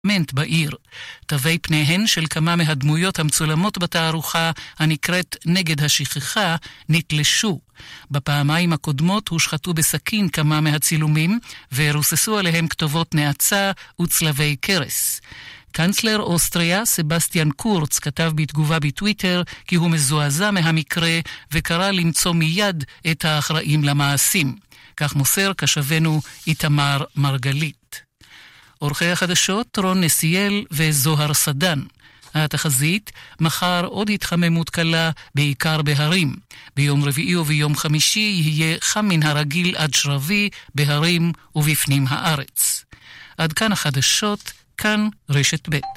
פרלמנט בעיר. תווי פניהן של כמה מהדמויות המצולמות בתערוכה הנקראת נגד השכחה נתלשו. בפעמיים הקודמות הושחתו בסכין כמה מהצילומים ורוססו עליהם כתובות נאצה וצלבי קרס. קנצלר אוסטריה סבסטיאן קורץ כתב בתגובה בטוויטר כי הוא מזועזע מהמקרה וקרא למצוא מיד את האחראים למעשים. כך מוסר קשבנו איתמר מרגלית. עורכי החדשות רון נסיאל וזוהר סדן. התחזית, מחר עוד התחממות קלה, בעיקר בהרים. ביום רביעי וביום חמישי יהיה חם מן הרגיל עד שרבי בהרים ובפנים הארץ. עד כאן החדשות, כאן רשת ב'.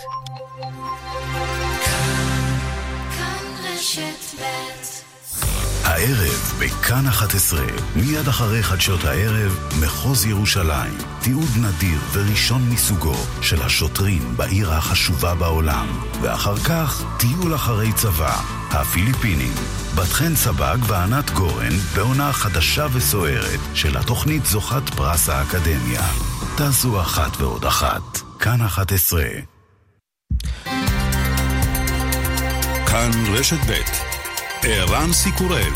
הערב בכאן 11, מיד אחרי חדשות הערב, מחוז ירושלים, תיעוד נדיר וראשון מסוגו של השוטרים בעיר החשובה בעולם, ואחר כך טיול אחרי צבא, הפיליפינים. בת חן סבג וענת גורן בעונה חדשה וסוערת של התוכנית זוכת פרס האקדמיה. תעשו אחת ועוד אחת. כאן 11. כאן רשת ב' ערן סיקורל.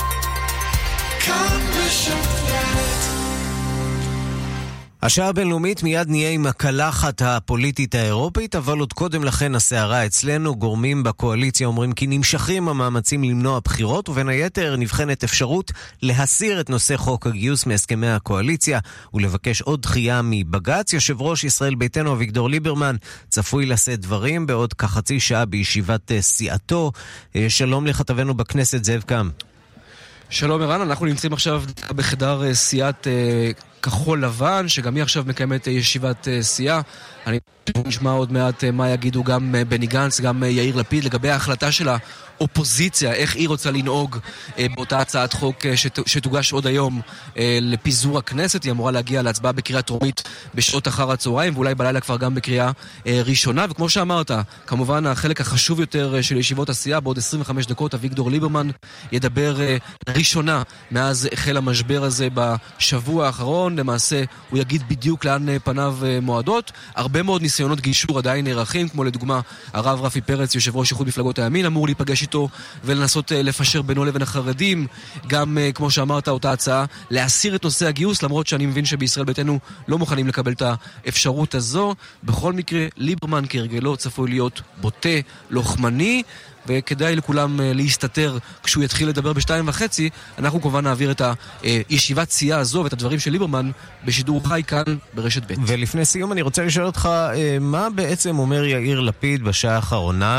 השעה הבינלאומית, מיד נהיה עם הקלחת הפוליטית האירופית, אבל עוד קודם לכן הסערה אצלנו. גורמים בקואליציה אומרים כי נמשכים המאמצים למנוע בחירות, ובין היתר נבחנת אפשרות להסיר את נושא חוק הגיוס מהסכמי הקואליציה ולבקש עוד דחייה מבג"ץ. יושב ראש ישראל ביתנו אביגדור ליברמן צפוי לשאת דברים בעוד כחצי שעה בישיבת סיעתו. שלום לכתבנו בכנסת זאב קם. שלום ערן, אנחנו נמצאים עכשיו בחדר סיעת כחול לבן, שגם היא עכשיו מקיימת ישיבת סיעה. אני נשמע עוד מעט מה יגידו גם בני גנץ, גם יאיר לפיד, לגבי ההחלטה של האופוזיציה, איך היא רוצה לנהוג באותה הצעת חוק שתוגש עוד היום לפיזור הכנסת. היא אמורה להגיע להצבעה בקריאה טרומית בשעות אחר הצהריים, ואולי בלילה כבר גם בקריאה ראשונה. וכמו שאמרת, כמובן החלק החשוב יותר של ישיבות הסיעה, בעוד 25 דקות אביגדור ליברמן ידבר ראשונה מאז החל המשבר הזה בשבוע האחרון. למעשה הוא יגיד בדיוק לאן פניו מועדות. הרבה מאוד ניסיונות גישור עדיין נערכים, כמו לדוגמה הרב רפי פרץ, יושב ראש איחוד מפלגות הימין, אמור להיפגש איתו ולנסות לפשר בינו לבין החרדים. גם כמו שאמרת, אותה הצעה להסיר את נושא הגיוס, למרות שאני מבין שבישראל ביתנו לא מוכנים לקבל את האפשרות הזו. בכל מקרה, ליברמן כהרגלו צפוי להיות בוטה, לוחמני, וכדאי לכולם להסתתר כשהוא יתחיל לדבר ב2:30. אנחנו כמובן נעביר את הישיבת סיעה הזו ואת הדברים של ליברמן בשידור חי כאן ברשת ב'. ולפני סיום אני רוצה לשאול אותך, מה בעצם אומר יאיר לפיד בשעה האחרונה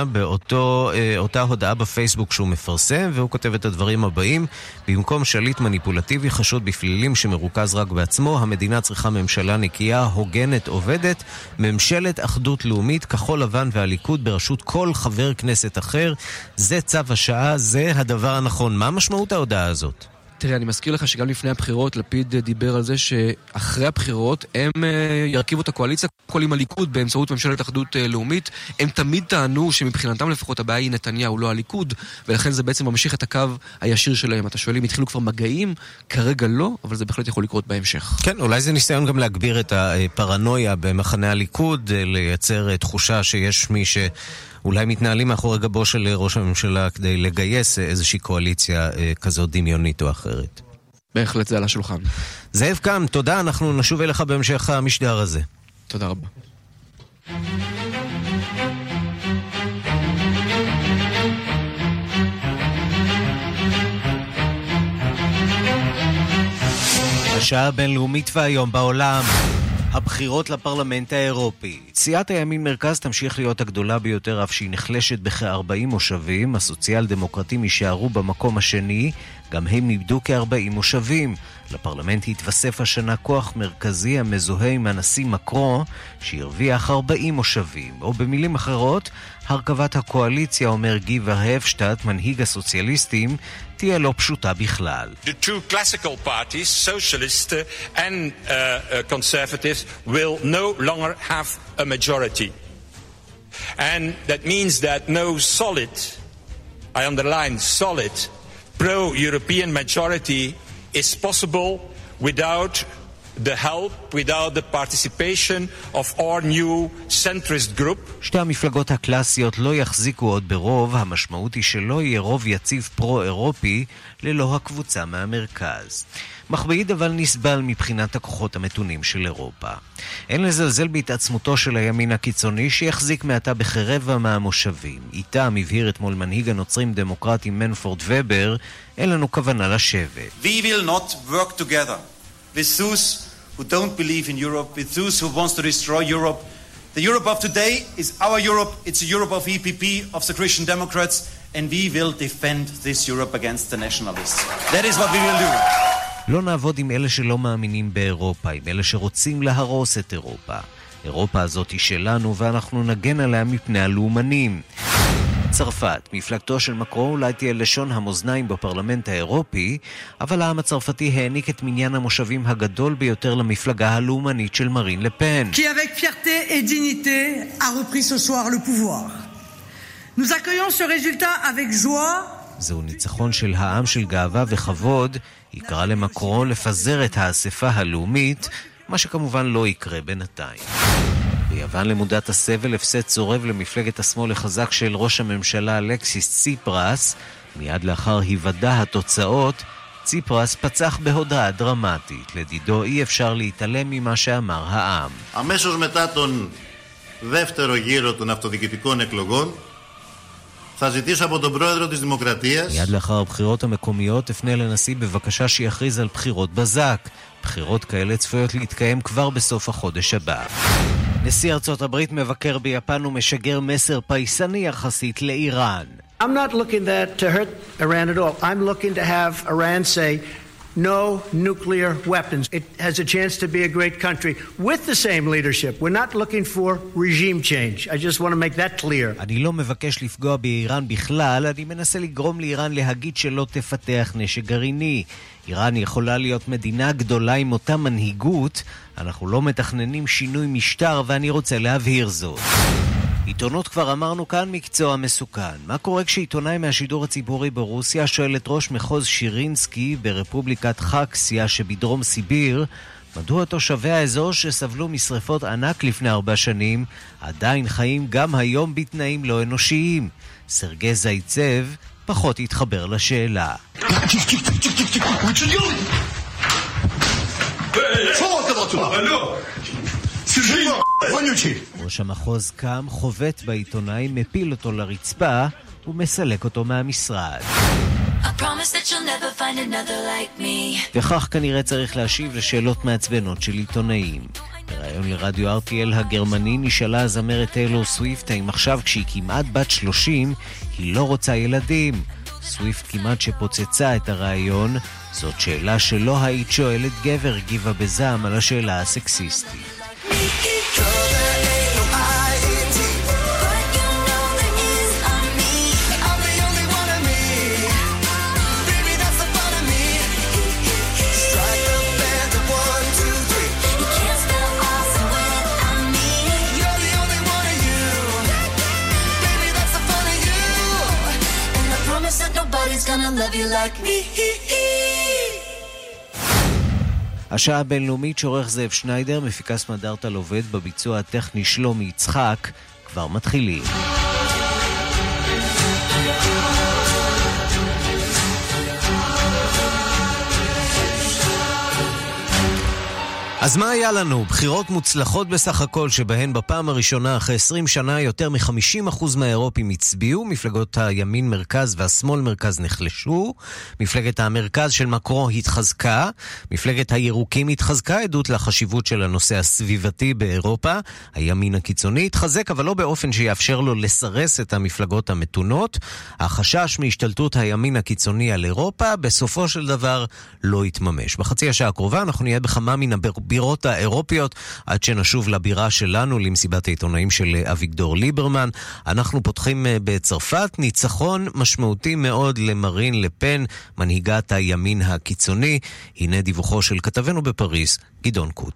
באותה הודעה בפייסבוק שהוא מפרסם, והוא כותב את הדברים הבאים: במקום שליט מניפולטיבי חשוד בפלילים שמרוכז רק בעצמו, המדינה צריכה ממשלה נקייה, הוגנת, עובדת, ממשלת אחדות לאומית, כחול לבן והליכוד בראשות כל חבר כנסת אחר. זה צו השעה, זה הדבר הנכון. מה משמעות ההודעה הזאת? תראה, אני מזכיר לך שגם לפני הבחירות לפיד דיבר על זה שאחרי הבחירות הם ירכיבו את הקואליציה כל עם הליכוד באמצעות ממשלת אחדות לאומית. הם תמיד טענו שמבחינתם לפחות הבעיה היא נתניהו, לא הליכוד, ולכן זה בעצם ממשיך את הקו הישיר שלהם. אתה שואל אם התחילו כבר מגעים? כרגע לא, אבל זה בהחלט יכול לקרות בהמשך. כן, אולי זה ניסיון גם להגביר את הפרנויה במחנה הליכוד, לייצר תחושה שיש מי אולי מתנהלים מאחורי גבו של ראש הממשלה כדי לגייס איזושהי קואליציה כזאת דמיונית או אחרת. בהחלט זה על השולחן. זאב קם, תודה, אנחנו נשוב אליך בהמשך המשדר הזה. תודה רבה. השעה הבינלאומית והיום בעולם. הבחירות לפרלמנט האירופי. סיעת הימין מרכז תמשיך להיות הגדולה ביותר, אף שהיא נחלשת בכ-40 מושבים. הסוציאל דמוקרטים יישארו במקום השני, גם הם איבדו כ-40 מושבים. לפרלמנט התווסף השנה כוח מרכזי המזוהה עם הנשיא מקרון, שהרוויח 40 מושבים. או במילים אחרות, הרכבת הקואליציה, אומר גיבר הפשטט, מנהיג הסוציאליסטים, תהיה לא פשוטה בכלל. The two classical parties, socialists and conservatives, will no longer have a majority. And that means that no solid, I underline solid, pro-European majority is possible without the help, without the participation of our new centrist group. שתי המפלגות הקלאסיות לא יחזיקו עוד ברוב, המשמעות היא שלא יהיה רוב יציב פרו-אירופי ללא הקבוצה מהמרכז. מכביד אבל נסבל מבחינת הכוחות המתונים של אירופה. אין לזלזל בהתעצמותו של הימין הקיצוני שיחזיק מעתה בכרבע מהמושבים. איתם הבהיר אתמול מנהיג הנוצרים דמוקרטים מנפורד ובר, אין לנו כוונה לשבת. We will not work together with those who don't believe in Europe, with those who want to destroy Europe. The Europe of today is our Europe. It's a Europe of EPP, of the Christian Democrats, and we will defend this Europe against the nationalists. That is what we will do. לא נעבוד עם אלה שלא מאמינים באירופה, עם אלה שרוצים להרוס את אירופה. אירופה הזאת היא שלנו ואנחנו נגן עליה מפני הלאומנים. צרפת, מפלגתו של מקרון אולי תהיה לשון המאזניים בפרלמנט האירופי, אבל העם הצרפתי העניק את מניין המושבים הגדול ביותר למפלגה הלאומנית של מרין לפן. Qui avec fierté et dignité a repris ce soir le pouvoir. Nous accueillons ce résultat avec joie. זהו ניצחון של העם של גאווה וכבוד, יקרא למקרון לפזר את האספה הלאומית, מה שכמובן לא יקרה בינתיים. ביוון למודת הסבל הפסד צורב למפלגת השמאל החזק של ראש הממשלה אלקסיס ציפרס. מיד לאחר היוודע התוצאות, ציפרס פצח בהודעה דרמטית. לדידו אי אפשר להתעלם ממה שאמר העם. αμέσως μετά τον δεύτερο γύρο των αυτοδιοικητικών εκλογών θα ζητήσω από τον πρόεδρο της Δημοκρατίας. מיד לאחר הבחירות המקומיות אפנה לנשיא בבקשה שיכריז על בחירות בזק. בחירות כאלה צפויות להתקיים כבר בסוף החודש הבא. נשיא ארצות הברית מבקר ביפן ומשגר מסר פייסני יחסית לאיראן. I'm not looking to hurt Iran at all. I'm looking to have Iran say no nuclear weapons. It has a chance to be a great country with the same leadership. We're not looking for regime change. I just want to make that clear. אני לא מבקש לפגוע באיראן בכלל, אני מנסה לגרום לאיראן להגיד שלא תפתח נשק גרעיני. איראן יכולה להיות מדינה גדולה עם אותה מנהיגות, אנחנו לא מתכננים שינוי משטר ואני רוצה להבהיר זאת. עיתונות כבר אמרנו כאן מקצוע מסוכן. מה קורה כשעיתונאי מהשידור הציבורי ברוסיה שואל את ראש מחוז שירינסקי ברפובליקת חקסיה שבדרום סיביר, מדוע תושבי האזור שסבלו משריפות ענק לפני 4 שנים עדיין חיים גם היום בתנאים לא אנושיים? סרגי זייצב פחות התחבר לשאלה. ראש המחוז קם, חובט בעיתונאי, מפיל אותו לרצפה ומסלק אותו מהמשרד. וכך כנראה צריך להשיב לשאלות מעצבנות של עיתונאים. בראיון לרדיו RTL הגרמני נשאלה הזמרת טיילור סוויפט האם עכשיו כשהיא כמעט בת 30 היא לא רוצה ילדים. סוויפט כמעט שפוצצה את הראיון. זאת שאלה שלא היית שואלת גבר, הגיבה בזעם על השאלה הסקסיסטית. השעה הבינלאומית שעורך זאב שניידר, מפיקס מדארטל עובד, בביצוע הטכני שלומי יצחק, כבר מתחילים. אז מה היה לנו? בחירות מוצלחות בסך הכל, שבהן בפעם הראשונה אחרי 20 שנה יותר מ-50% מהאירופים הצביעו. מפלגות הימין מרכז והשמאל מרכז נחלשו. מפלגת המרכז של מקרון התחזקה. מפלגת הירוקים התחזקה, עדות לחשיבות של הנושא הסביבתי באירופה. הימין הקיצוני התחזק, אבל לא באופן שיאפשר לו לסרס את המפלגות המתונות. החשש מהשתלטות הימין הקיצוני על אירופה בסופו של דבר לא יתממש. בחצי השעה הקרובה אנחנו נהיה בכמה מן הבירות האירופיות, עד שנשוב לבירה שלנו, למסיבת העיתונאים של אביגדור ליברמן. אנחנו פותחים בצרפת, ניצחון משמעותי מאוד למרין לפן, מנהיגת הימין הקיצוני. הנה דיווחו של כתבנו בפריז, גדעון קוץ.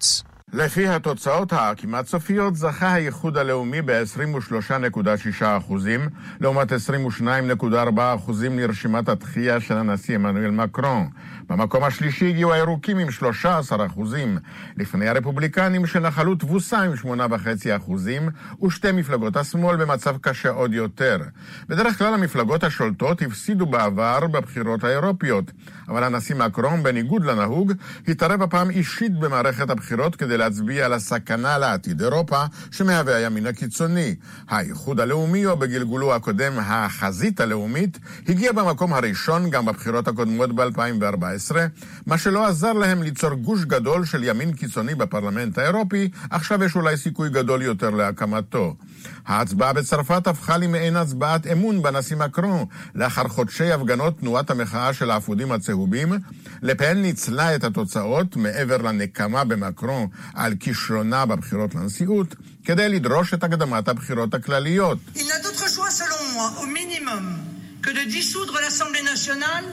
לפי התוצאות הכמעט סופיות זכה האיחוד הלאומי ב-23.6%, לעומת 22.4% לרשימת התחייה של הנשיא עמנואל מקרון. במקום השלישי הגיעו הירוקים עם 13%, לפני הרפובליקנים שנחלו תבוסה עם 8.5%, ושתי מפלגות השמאל במצב קשה עוד יותר. בדרך כלל המפלגות השולטות הפסידו בעבר בבחירות האירופיות, אבל הנשיא מקרון, בניגוד לנהוג, התערב הפעם אישית במערכת הבחירות כדי להצביע על הסכנה לעתיד אירופה שמהווה הימין הקיצוני. האיחוד הלאומי, או בגלגולו הקודם החזית הלאומית, הגיע במקום הראשון גם בבחירות הקודמות ב-2014, מה שלא עזר להם ליצור גוש גדול של ימין קיצוני בפרלמנט האירופי. עכשיו יש אולי סיכוי גדול יותר להקמתו. ההצבעה בצרפת הפכה למעין הצבעת אמון בנשיא מקרון. לאחר חודשי הפגנות תנועת המחאה של האפודים הצהובים, לפן ניצלה את התוצאות מעבר לנקמה במקרון על כישלונה בבחירות לנשיאות, כדי לדרוש את הקדמת הבחירות הכלליות. Il n'a d'autre choix selon moi, au minimum, que de dissoudre l'Assemblée nationale.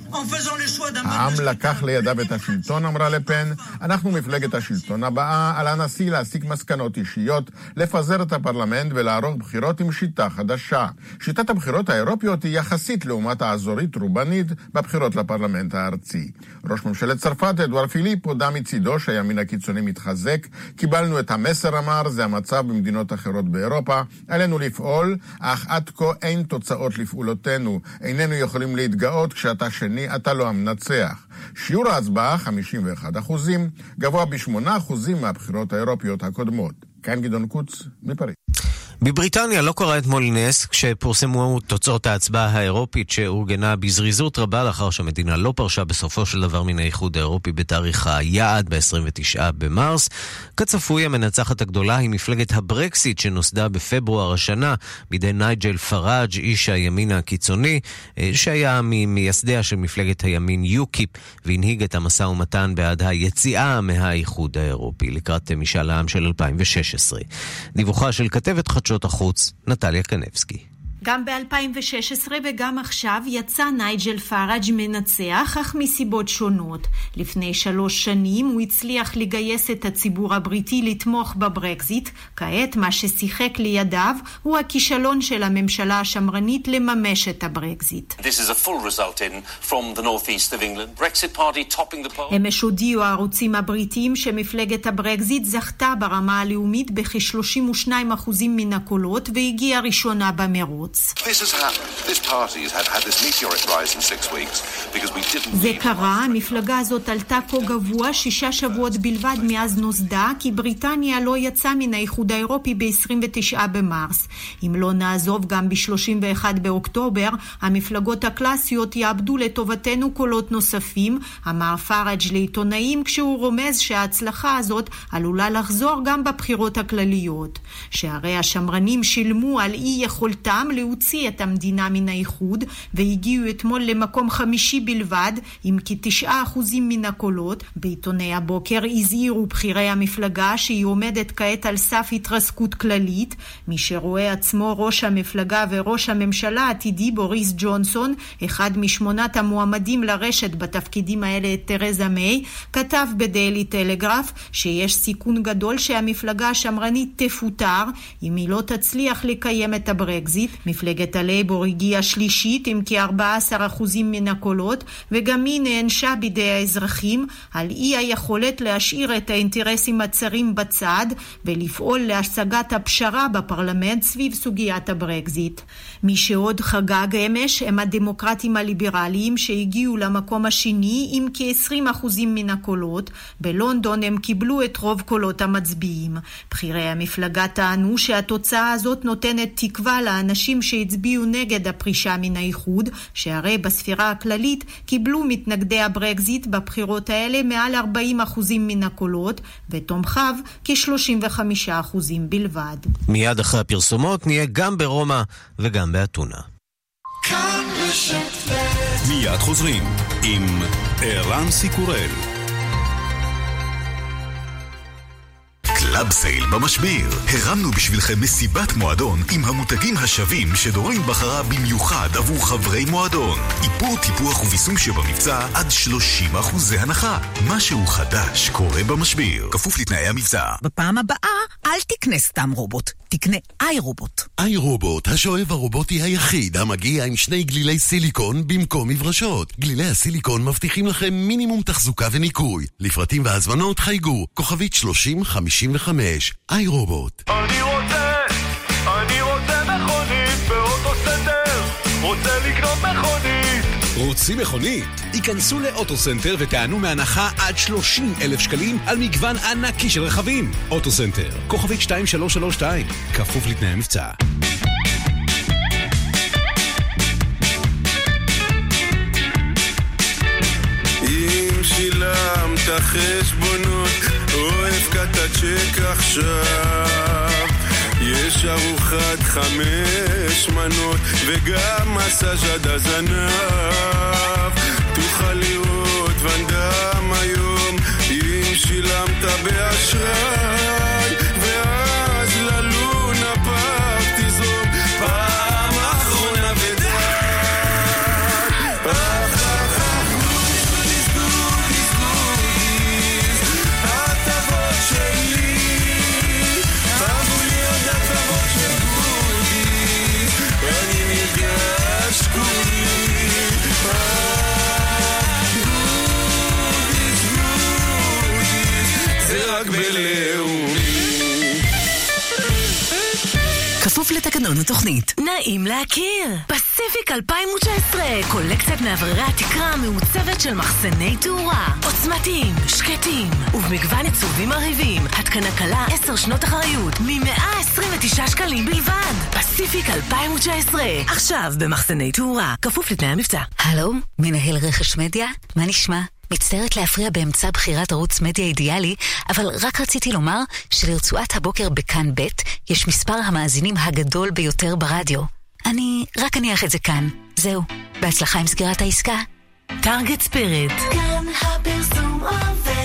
העם לקח לידיו את השלטון, אמרה לפן. אנחנו מפלגת השלטון הבאה. על הנשיא להסיק מסקנות אישיות, לפזר את הפרלמנט ולערוך בחירות עם שיטה חדשה. שיטת הבחירות האירופיות היא יחסית לעומת האזורית רובנית בבחירות לפרלמנט הארצי. ראש ממשלת צרפת אדואר פיליפ הודה מצידו שהימין הקיצוני מתחזק. קיבלנו את המסר, אמר, זה המצב במדינות אחרות באירופה. עלינו לפעול, אך עד כה אין תוצאות לפעולותינו. איננו יכולים להתגאות כשאתה שני אתה לא המנצח. שיעור ההצבעה 51%, גבוה ב8% מהבחירות האירופיות הקודמות. כאן גדעון קוץ מפריז. בבריטניה לא קרה אתמול נס כשפורסמו תוצאות ההצבעה האירופית שאורגנה בזריזות רבה לאחר שהמדינה לא פרשה בסופו של דבר מן האיחוד האירופי בתאריך היעד ב-29 במרס. כצפוי, המנצחת הגדולה היא מפלגת הברקסיט שנוסדה בפברואר השנה בידי נייג'ל פראג', איש הימין הקיצוני, שהיה ממייסדיה של מפלגת הימין יוקיפ, והנהיג את המשא ומתן בעד היציאה מהאיחוד האירופי לקראת משאל העם של 2016. דיווחה של כתבת חדשות החוץ, נטליה קנבסקי. גם ב-2016 וגם עכשיו יצא נייג'ל פאראג' מנצח, אך מסיבות שונות. לפני 3 שנים הוא הצליח לגייס את הציבור הבריטי לתמוך בברקזיט. כעת מה ששיחק לידיו הוא הכישלון של הממשלה השמרנית לממש את הברקזיט. This is a full result in from the northeast of England. Brexit party topping the poll. אמש הודיעו הערוצים הבריטיים שמפלגת הברקזיט זכתה ברמה הלאומית בכ-32% מן הקולות והגיעה ראשונה במרוץ. זה קרה, המפלגה הזאת עלתה כה גבוה 6 שבועות בלבד מאז נוסדה, כי בריטניה לא יצאה מן האיחוד האירופי ב-29 במרס. אם לא נעזוב גם ב-31 באוקטובר, המפלגות הקלאסיות יאבדו לטובתנו קולות נוספים, אמר פאראג' לעיתונאים כשהוא רומז שההצלחה הזאת עלולה לחזור גם בבחירות הכלליות. שהרי השמרנים שילמו על אי יכולתם להוציא את המדינה מן האיחוד, והגיעו אתמול למקום 5 בלבד, עם כ9% מן הקולות. בעיתוני הבוקר הזהירו בכירי המפלגה שהיא עומדת כעת על סף התרסקות כללית. מי שרואה עצמו ראש המפלגה וראש הממשלה העתידי בוריס ג'ונסון, אחד מ8 המועמדים לרשת בתפקידים האלה את תרזה מיי, כתב בדיילי טלגרף שיש סיכון גדול שהמפלגה השמרנית תפוטר אם היא לא תצליח לקיים את הברקזיט. מפלגת הלייבור הגיעה שלישית עם כ14% מן הקולות, וגם היא נענשה בידי האזרחים על אי היכולת להשאיר את האינטרסים הצרים בצד ולפעול להשגת הפשרה בפרלמנט סביב סוגיית הברקזיט. מי שעוד חגג אמש הם הדמוקרטים הליברליים שהגיעו למקום השני עם כ20% מן הקולות. בלונדון הם קיבלו את רוב קולות המצביעים. בכירי המפלגה טענו שהתוצאה הזאת נותנת תקווה לאנשים שהצביעו נגד הפרישה מן האיחוד, שהרי בספירה הכללית קיבלו מתנגדי הברקזיט בבחירות האלה מעל 40% מן הקולות, ותומכיו כ35% בלבד. מיד אחרי הפרסומות נהיה גם ברומא וגם באתונה. מיד חוזרים עם ערן סיקורל. קלאב סייל במשביר. הרמנו בשבילכם מסיבת מועדון עם המותגים השווים שדורין בחרה במיוחד עבור חברי מועדון. איפור, טיפוח וביסום שבמבצע עד 30% הנחה. משהו חדש קורה במשביר. כפוף לתנאי המבצע. בפעם הבאה אל תקנה סתם רובוט, תקנה איי רובוט. איי רובוט, השואב הרובוטי היחיד המגיע עם 2 גלילי סיליקון במקום מברשות. גלילי הסיליקון מבטיחים לכם מינימום תחזוקה וניקוי. לפרטים והזמנות חייגו, כוכבית 3055. איי רובוט. אני רוצה מכונית באוטוסנטר, רוצה לקנות מכונית. רוצים מכונית? היכנסו לאוטוסנטר וטענו מהנחה עד 30,000 שקלים על מגוון ענקי של רכבים. אוטוסנטר, כוכבית 2332, כפוף לתנאי המבצע. אם שילמת חשבונות או הפקעת צ'ק עכשיו, יש ארוחת 5 מנות וגם מסאז' עד הזנב. תוכל לראות ונדם היום אם שילמת באשראי, ואז ללונה פארק תזרום פעם אחרונה ודי. הטבות שלי אהבו להיות הטבות של גודיס, אני נרגש כולי. כפוף לתקנון התוכנית. נעים להכיר. פסיפיק 2019, קולקציית מאווררי התקרה המעוצבת של מחסני תאורה. עוצמתיים, שקטים, ובמגוון עיצובים מרהיבים. התקנה קלה 10 שנות אחריות, מ-129 שקלים בלבד. פסיפיק 2019, עכשיו במחסני תאורה. כפוף לתנאי המבצע. הלו, מנהל רכש מדיה? מה נשמע? מצטערת להפריע באמצע בחירת ערוץ מדיה אידיאלי, אבל רק רציתי לומר שלרצועת הבוקר בכאן ב' יש מספר המאזינים הגדול ביותר ברדיו. אני רק אניח את זה כאן. זהו, בהצלחה עם סגירת העסקה. טארגט ספיריט. כאן הפרסום עובד.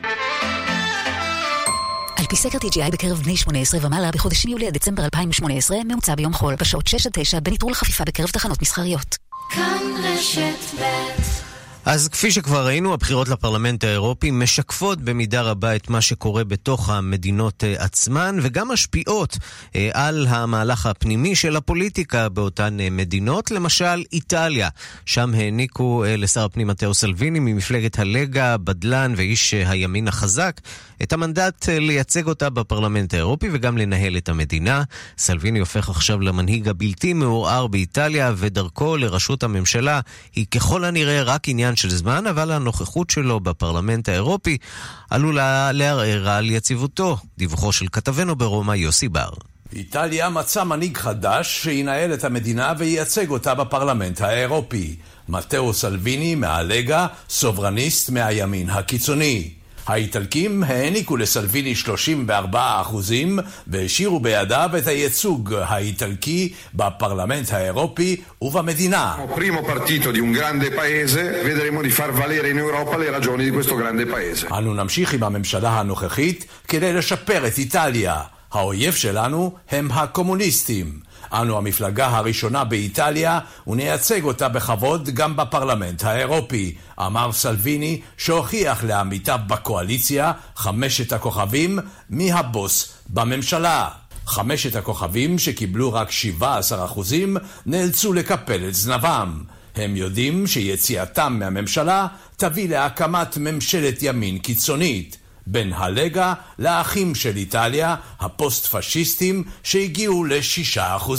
על פי סקר TGI בקרב בני 18 ומעלה בחודשים יולי עד דצמבר 2018, ממוצע ביום חול בשעות 6 עד 9 בניטרול חפיפה בקרב תחנות מסחריות. כאן רשת ב'. אז כפי שכבר ראינו, הבחירות לפרלמנט האירופי משקפות במידה רבה את מה שקורה בתוך המדינות עצמן, וגם משפיעות על המהלך הפנימי של הפוליטיקה באותן מדינות. למשל, איטליה, שם העניקו לשר הפנים מתאו סלוויני ממפלגת הלגה, בדלן ואיש הימין החזק, את המנדט לייצג אותה בפרלמנט האירופי וגם לנהל את המדינה. סלוויני הופך עכשיו למנהיג הבלתי מעורער באיטליה, ודרכו לראשות הממשלה היא ככל הנראה רק עניין של זמן, אבל הנוכחות שלו בפרלמנט האירופי עלולה לערער על יציבותו. דיווחו של כתבנו ברומא יוסי בר. איטליה מצא מנהיג חדש שינהל את המדינה וייצג אותה בפרלמנט האירופי. מתאו סלוויני מהלגה, סוברניסט מהימין הקיצוני. האיטלקים העניקו לסלוויני 34% והשאירו בידיו את הייצוג האיטלקי בפרלמנט האירופי ובמדינה. Primo partito di un grande paese, vedremo di far valere in Europa le ragioni di questo grande paese. אנו נמשיך עם הממשלה הנוכחית כדי לשפר את איטליה. האויב שלנו הם הקומוניסטים. אנו המפלגה הראשונה באיטליה ונייצג אותה בכבוד גם בפרלמנט האירופי, אמר סלוויני, שהוכיח לעמיתיו בקואליציה 5 הכוכבים מהבוס בממשלה. 5 הכוכבים שקיבלו רק 17% נאלצו לקפל את זנבם. הם יודעים שיציאתם מהממשלה תביא להקמת ממשלת ימין קיצונית. בין הלגה לאחים של איטליה, הפוסט-פשיסטים שהגיעו ל6%.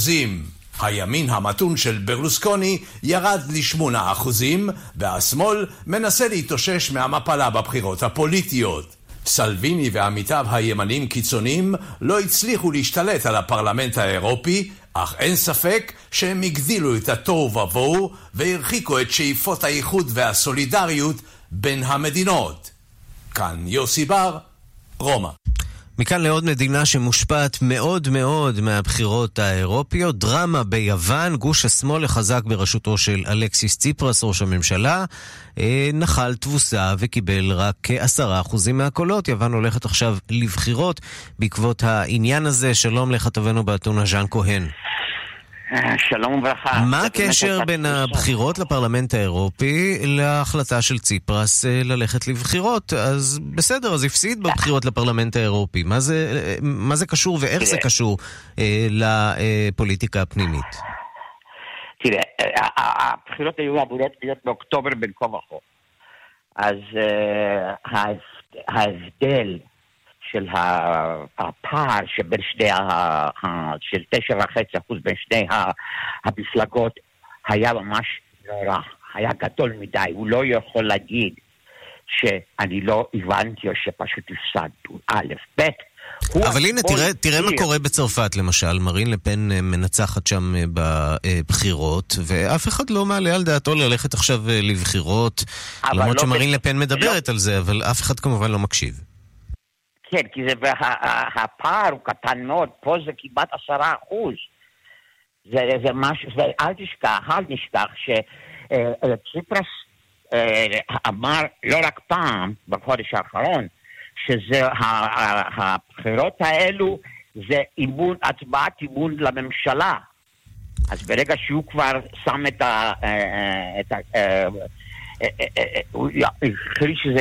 הימין המתון של ברלוסקוני ירד ל8%, והשמאל מנסה להתאושש מהמפלה בבחירות הפוליטיות. סלוויני ועמיתיו הימנים קיצוניים לא הצליחו להשתלט על הפרלמנט האירופי, אך אין ספק שהם הגדילו את התוהו ובוהו והרחיקו את שאיפות האיחוד והסולידריות בין המדינות. כאן יוסי בר, רומא. מכאן לעוד מדינה שמושפעת מאוד מאוד מהבחירות האירופיות, דרמה ביוון, גוש השמאל החזק בראשותו של אלכסיס ציפרס, ראש הממשלה, נחל תבוסה וקיבל רק 10% מהקולות. יוון הולכת עכשיו לבחירות בעקבות העניין הזה. שלום לכתבנו באתונה ז'אן כהן. שלום וברכה. מה הקשר בין הבחירות לפרלמנט האירופי להחלטה של ציפרס ללכת לבחירות? אז בסדר, אז הפסיד בבחירות לפרלמנט האירופי. מה זה קשור ואיך זה קשור לפוליטיקה הפנימית? תראה, הבחירות היו אמורות להיות באוקטובר בין כה וכה. אז ההבדל של הפער שבין של 9.5% בין שני המפלגות היה ממש נורא, היה גדול מדי. הוא לא יכול להגיד שאני לא הבנתי או שפשוט הפסדנו. א', ב', אבל הנה, תראה מה קורה בצרפת למשל. מרין לפן מנצחת שם בבחירות, ואף אחד לא מעלה על דעתו ללכת עכשיו לבחירות, למרות שמרין לפן מדברת על זה, אבל אף אחד כמובן לא מקשיב. כן, כי הפער הוא קטן מאוד, פה זה כמעט 10%. זה משהו, אל נשכח שציפרס אמר לא רק פעם בחודש האחרון, שזה הבחירות האלו זה הצבעת אימון לממשלה. אז ברגע שהוא כבר שם הוא החליט שזה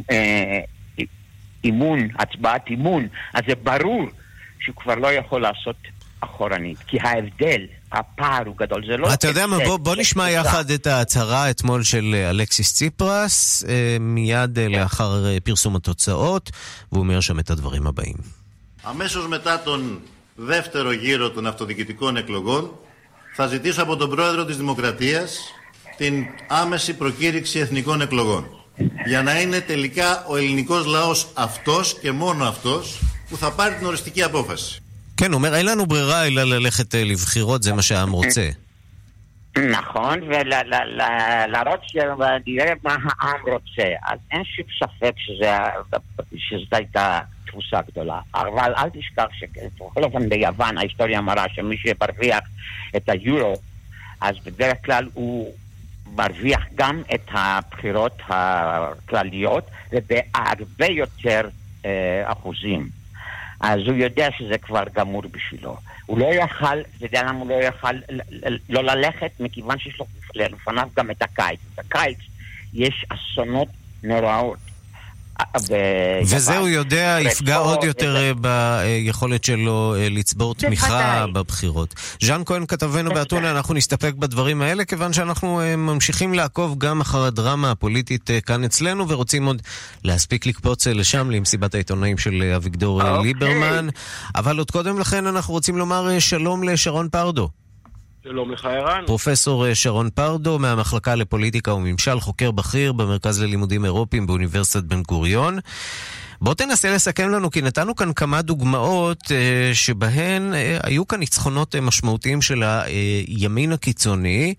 אימון, הצבעת אימון, אז זה ברור שהוא כבר לא יכול לעשות אחורנית, כי ההבדל, הפער הוא גדול. זה לא... אתה יודע מה, בוא נשמע יחד את ההצהרה אתמול של אלכסיס ציפרס, מיד לאחר פרסום התוצאות, והוא אומר שם את הדברים הבאים. Αμέσως μετά τον δεύτερο γύρο των αυτοδιοικητικών εκλογών θα ζητήσω από τον πρόεδρο της Δημοκρατίας την άμεση προκήρυξη εθνικών εκλογών. Για να είναι τελικά ο ελληνικός λαός αυτός και μόνο αυτός που θα πάρει την οριστική απόφαση. כן, הוא אומר, אין לנו ברירה אלא ללכת לבחירות, זה מה שהעם רוצה. נכון, ולהראות שנראה מה העם רוצה. אז אין שום ספק שזו הייתה תפוסה גדולה. אבל אל תשכח שבכל אופן ביוון ההיסטוריה מראה שמי שמרוויח את היורו, אז בדרך כלל הוא מרוויח גם את הבחירות הכלליות ובהרבה יותר אחוזים. אז הוא יודע שזה כבר גמור בשבילו. הוא לא יוכל, אתה יודע למה הוא לא יוכל לא ללכת, מכיוון שיש לו לפניו גם את הקיץ. בקיץ יש אסונות נוראות. וזה הוא יודע, יפגע עוד יותר ביכולת שלו לצבור תמיכה בבחירות. ז'אן כהן כתבנו באתונה, אנחנו נסתפק בדברים האלה, כיוון שאנחנו ממשיכים לעקוב גם אחר הדרמה הפוליטית כאן אצלנו, ורוצים עוד להספיק לקפוץ לשם למסיבת העיתונאים של אביגדור ליברמן. אבל עוד קודם לכן אנחנו רוצים לומר שלום לשרון פרדו. שלום לך ערן. פרופסור שרון פרדו מהמחלקה לפוליטיקה וממשל, חוקר בכיר במרכז ללימודים אירופיים באוניברסיטת בן גוריון. בוא תנסה לסכם לנו, כי נתנו כאן כמה דוגמאות שבהן היו כאן ניצחונות משמעותיים של הימין הקיצוני.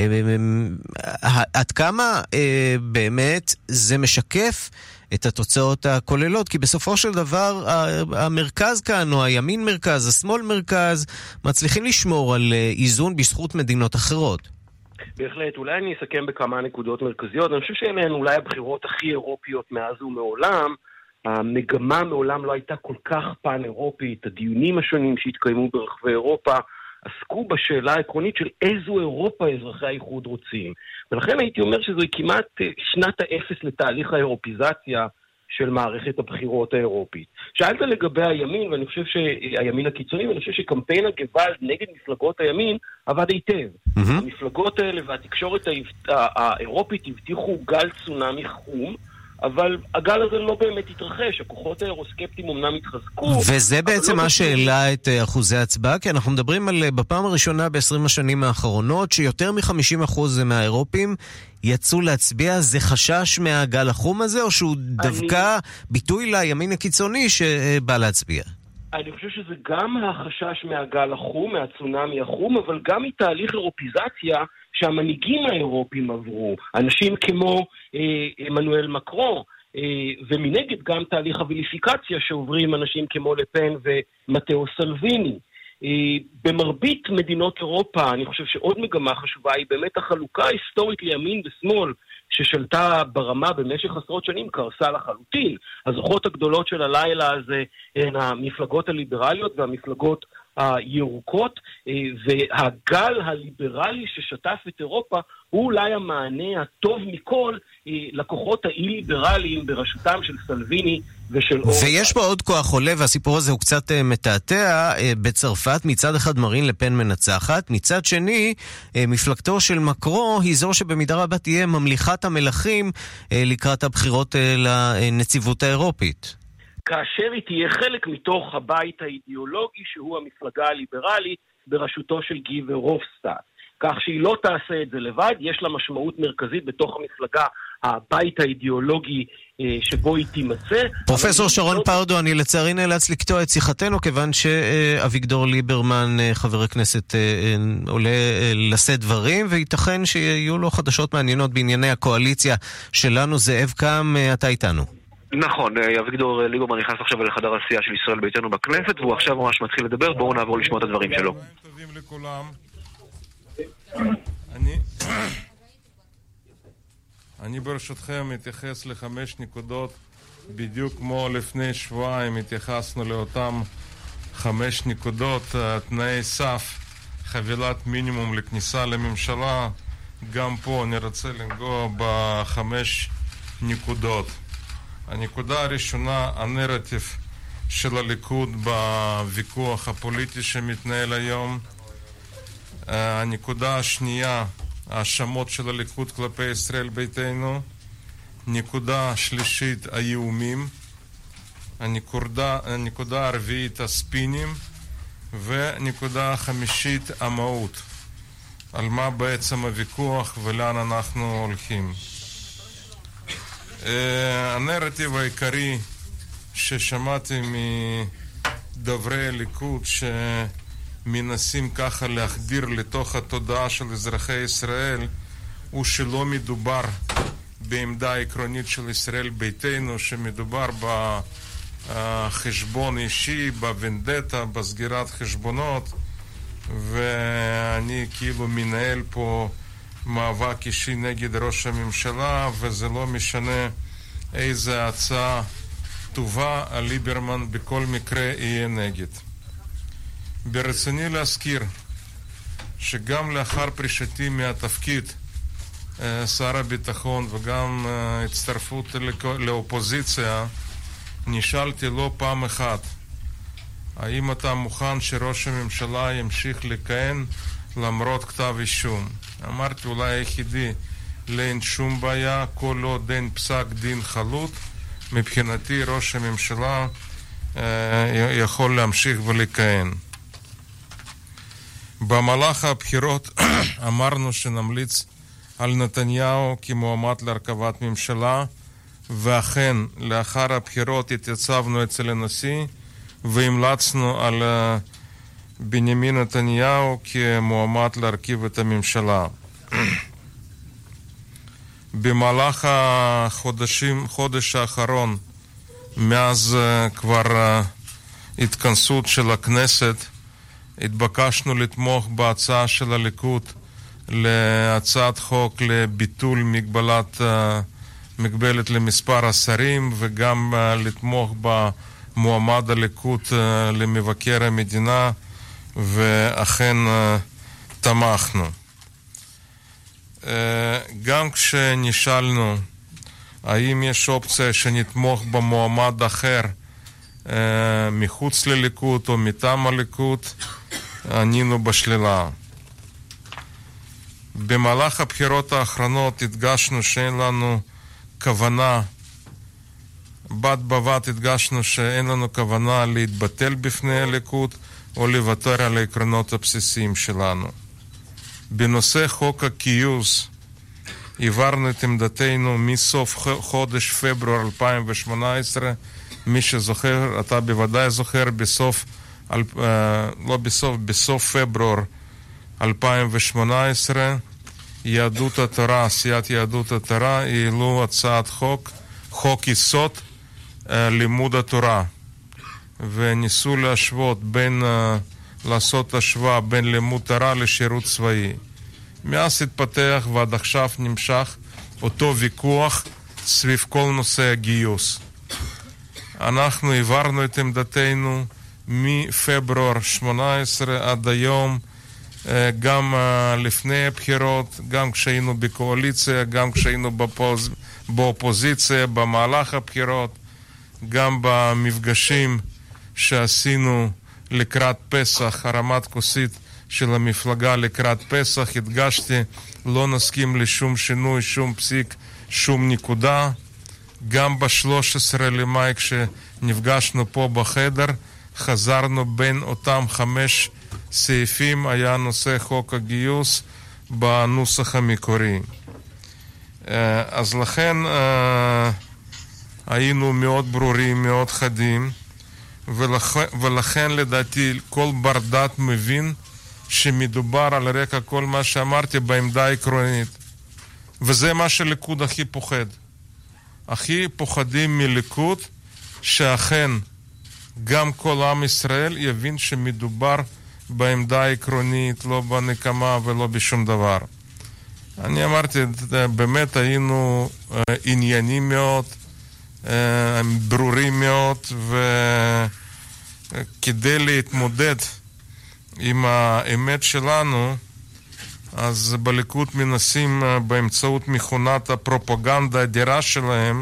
עד כמה באמת זה משקף את התוצאות הכוללות, כי בסופו של דבר המרכז כאן, או הימין מרכז, השמאל מרכז, מצליחים לשמור על איזון בזכות מדינות אחרות. בהחלט, אולי אני אסכם בכמה נקודות מרכזיות. אני חושב שאלה הן אולי הבחירות הכי אירופיות מאז ומעולם. המגמה מעולם לא הייתה כל כך פן אירופית. הדיונים השונים שהתקיימו ברחבי אירופה עסקו בשאלה העקרונית של איזו אירופה אזרחי האיחוד רוצים. ולכן הייתי אומר שזו כמעט שנת האפס לתהליך האירופיזציה של מערכת הבחירות האירופית. שאלת לגבי הימין, ואני חושב שהימין הקיצוני, ואני חושב שקמפיין הגוואלד נגד מפלגות הימין עבד היטב. המפלגות האלה והתקשורת האירופית הבטיחו גל צונאמי חום, אבל הגל הזה לא באמת התרחש, הכוחות האירוסקפטיים אמנם התחזקו. וזה בעצם מה שאלה את אחוזי הצבעה, כי אנחנו מדברים על בפעם הראשונה ב-20 השנים האחרונות, שיותר מ-50% מהאירופים יצאו להצביע. זה חשש מהגל החום הזה, או שהוא דווקא ביטוי לימין הקיצוני שבא להצביע? אני חושב שזה גם החשש מהגל החום, מהצונאמי החום, אבל גם מתהליך אירופיזציה שהמנהיגים האירופים עברו. אנשים כמו אמנואל מקרון, ומנגד גם תהליך הוויליפיקציה שעוברים אנשים כמו לפן ומטאו סלוויני. במרבית מדינות אירופה, אני חושב שעוד מגמה חשובה היא באמת החלוקה ההיסטורית לימין ושמאל, ששלטה ברמה במשך עשרות שנים, קרסה לחלוטין. הזוכות הגדולות של הלילה הזה הן המפלגות הליברליות והמפלגות הירוקות, והגל הליברלי ששטף את אירופה הוא אולי המענה הטוב מכל לכוחות האי-ליברליים בראשותם של סלוויני ושל אורבן. ויש פה עוד כוח עולה, והסיפור הזה הוא קצת מתעתע. בצרפת מצד אחד מרין לפן מנצחת, מצד שני מפלגתו של מקרו היא זו שבמידה רבה תהיה ממליכת המלכים לקראת הבחירות לנציבות האירופית. כאשר היא תהיה חלק מתוך הבית האידיאולוגי שהוא המפלגה הליברלית בראשותו של גי ורהופסטאט. כך שהיא לא תעשה את זה לבד, יש לה משמעות מרכזית בתוך המפלגה, הבית האידיאולוגי שבו היא תימצא. פרופסור שרון פרדו, אני לצערי נאלץ לקטוע את שיחתנו, כיוון שאביגדור ליברמן, חבר הכנסת, עולה לשאת דברים, וייתכן שיהיו לו חדשות מעניינות בענייני הקואליציה שלנו. זאב קם, אתה איתנו. נכון, אביגדור ליברמן נכנס עכשיו לחדר העשייה של ישראל ביתנו בכנסת, והוא עכשיו ממש מתחיל לדבר. בואו נעבור לשמוע את הדברים שלו. טובים לכולם. אני ברשותכם מתייחס ל5 נקודות, בדיוק כמו לפני שבועיים התייחסנו לאותם 5 נקודות, תנאי סף, חבילת מינימום לכניסה לממשלה. גם פה אני רוצה לנגוע ב5 נקודות. הנקודה הראשונה, הנרטיב של הליכוד בוויכוח הפוליטי שמתנהל היום. הנקודה השנייה, האשמות של הליכוד כלפי ישראל ביתנו. נקודה שלישית, האיומים. הנקודה הרביעית, הספינים. ונקודה חמישית, המהות. על מה בעצם הוויכוח ולאן אנחנו הולכים. הנרטיב העיקרי ששמעתי מדוברי הליכוד שמנסים ככה להחדיר לתוך התודעה של אזרחי ישראל הוא שלא מדובר בעמדה עקרונית של ישראל ביתנו, שמדובר בחשבון אישי, בוונדטה, בסגירת חשבונות, ואני כאילו מנהל פה מאבק אישי נגד ראש הממשלה, וזה לא משנה איזה הצעה טובה, ליברמן בכל מקרה יהיה נגד. ברצוני להזכיר שגם לאחר פרישתי מהתפקיד שר הביטחון וגם הצטרפות לאופוזיציה, נשאלתי לא פעם אחת, האם אתה מוכן שראש הממשלה ימשיך לכהן למרות כתב אישום? אמרתי, אולי היחידי, אין שום בעיה, כל עוד אין פסק דין חלוט, מבחינתי ראש הממשלה יכול להמשיך ולכהן. במהלך הבחירות אמרנו שנמליץ על נתניהו כמועמד להרכבת ממשלה, ואכן לאחר הבחירות התייצבנו אצל הנשיא והמלצנו על בנימין נתניהו כמועמד להרכיב את הממשלה. במהלך החודש האחרון, מאז כבר התכנסות של הכנסת, התבקשנו לתמוך בהצעה של הליכוד להצעת חוק לביטול מגבלת למספר השרים, וגם לתמוך במועמד הליכוד למבקר המדינה, ואכן תמכנו. גם כשנשאלנו האם יש אופציה שנתמוך במועמד אחר מחוץ לליכוד או מטעם הליכוד, ענינו בשלילה. במהלך הבחירות האחרונות הדגשנו שאין לנו כוונה, בד בבד הדגשנו שאין לנו כוונה להתבטל בפני הליכוד או לוותר על העקרונות הבסיסיים שלנו. בנושא חוק הגיוס העברנו את עמדתנו מסוף חודש פברואר 2018. מי שזוכר, אתה בוודאי זוכר, בסוף פברואר 2018 יהדות התורה, סיעת יהדות התורה, העלו הצעת חוק חוק יסוד לימוד התורה, וניסו להשוות לעשות השוואה בין לימוד תורה לשירות צבאי. מאז התפתח ועד עכשיו נמשך אותו ויכוח סביב כל נושא הגיוס. אנחנו העברנו את עמדתנו מפברואר 18 עד היום, גם לפני הבחירות, גם כשהיינו בקואליציה, גם כשהיינו באופוזיציה, במהלך הבחירות, גם במפגשים שעשינו לקראת פסח, הרמת כוסית של המפלגה לקראת פסח, הדגשתי, לא נסכים לשום שינוי, שום פסיק, שום נקודה. גם ב-13 למאי כשנפגשנו פה בחדר, חזרנו בין אותם 5 סעיפים, היה נושא חוק הגיוס בנוסח המקורי. אז לכן היינו מאוד ברורים, מאוד חדים, ולכן לדעתי כל בר דעת מבין שמדובר על רקע כל מה שאמרתי בעמדה עקרונית, וזה מה שליכוד הכי פוחד. הכי פוחדים מליכוד שאכן גם כל עם ישראל יבין שמדובר בעמדה עקרונית, לא בנקמה ולא בשום דבר. אני אמרתי, באמת היינו עניינים מאוד, ברורים מאוד, וכדי להתמודד עם האמת שלנו, אז בליכוד מנסים באמצעות מכונת הפרופגנדה האדירה שלהם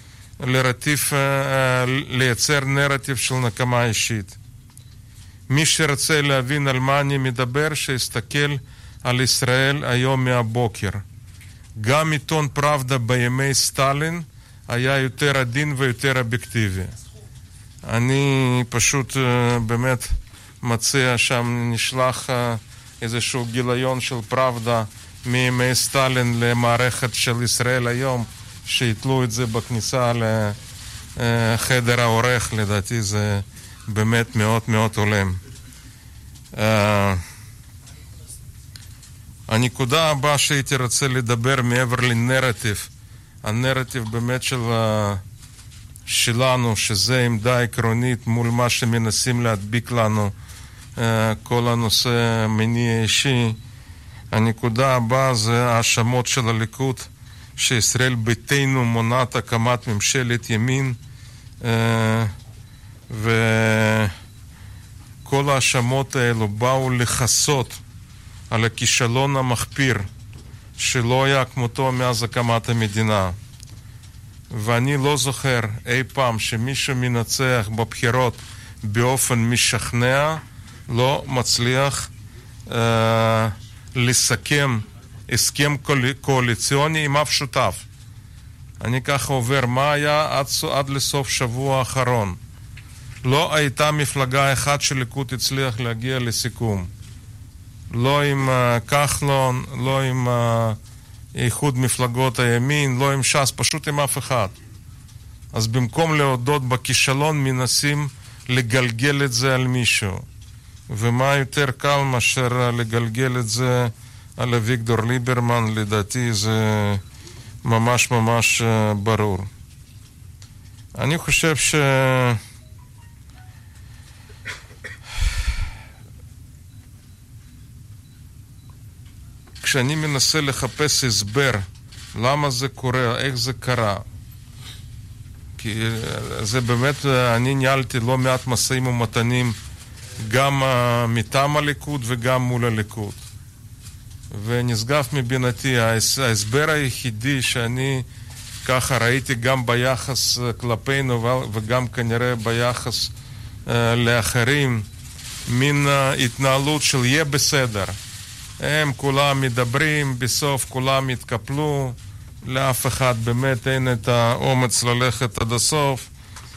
לייצר נרטיב של נקמה אישית. מי שרצה להבין על מה אני מדבר, שיסתכל על ישראל היום מהבוקר. גם עיתון פראבדה בימי סטלין היה יותר עדין ויותר אובייקטיבי. אני פשוט באמת מציע שם נשלח איזשהו גיליון של פראבדה מימי סטלין למערכת של ישראל היום, שיתלו את זה בכניסה לחדר העורך, לדעתי זה באמת מאוד מאוד הולם. הנקודה הבאה שהייתי רוצה לדבר מעבר לנרטיב, הנרטיב באמת שלנו, שזה עמדה עקרונית מול מה שמנסים להדביק לנו, כל הנושא מניע אישי. הנקודה הבאה זה האשמות של הליכוד שישראל ביתנו מונעת הקמת ממשלת ימין, וכל האשמות האלו באו לחסות על הכישלון המחפיר שלא היה כמותו מאז הקמת המדינה. ואני לא זוכר אי פעם שמישהו מנצח בבחירות באופן משכנע לא מצליח לסכם הסכם קואליציוני עם אף שותף. אני ככה עובר מה היה עד לסוף שבוע האחרון. לא הייתה מפלגה אחת שליכוד הצליח להגיע לסיכום. לא עם כחלון, לא עם איחוד מפלגות הימין, לא עם ש"ס, פשוט עם אף אחד. אז במקום להודות בכישלון מנסים לגלגל את זה על מישהו. ומה יותר קל מאשר לגלגל את זה על אביגדור ליברמן, לדעתי זה ממש ממש ברור. אני חושב כשאני מנסה לחפש הסבר למה זה קורה, איך זה קרה, כי זה באמת, אני ניהלתי לא מעט משאים ומתנים גם מטעם הליכוד וגם מול הליכוד, ונשגב מבינתי ההסבר היחידי שאני ככה ראיתי גם ביחס כלפינו וגם כנראה ביחס לאחרים, מין התנהלות של יהיה בסדר, הם כולם מדברים, בסוף כולם התקפלו, לאף אחד באמת אין את האומץ ללכת עד הסוף,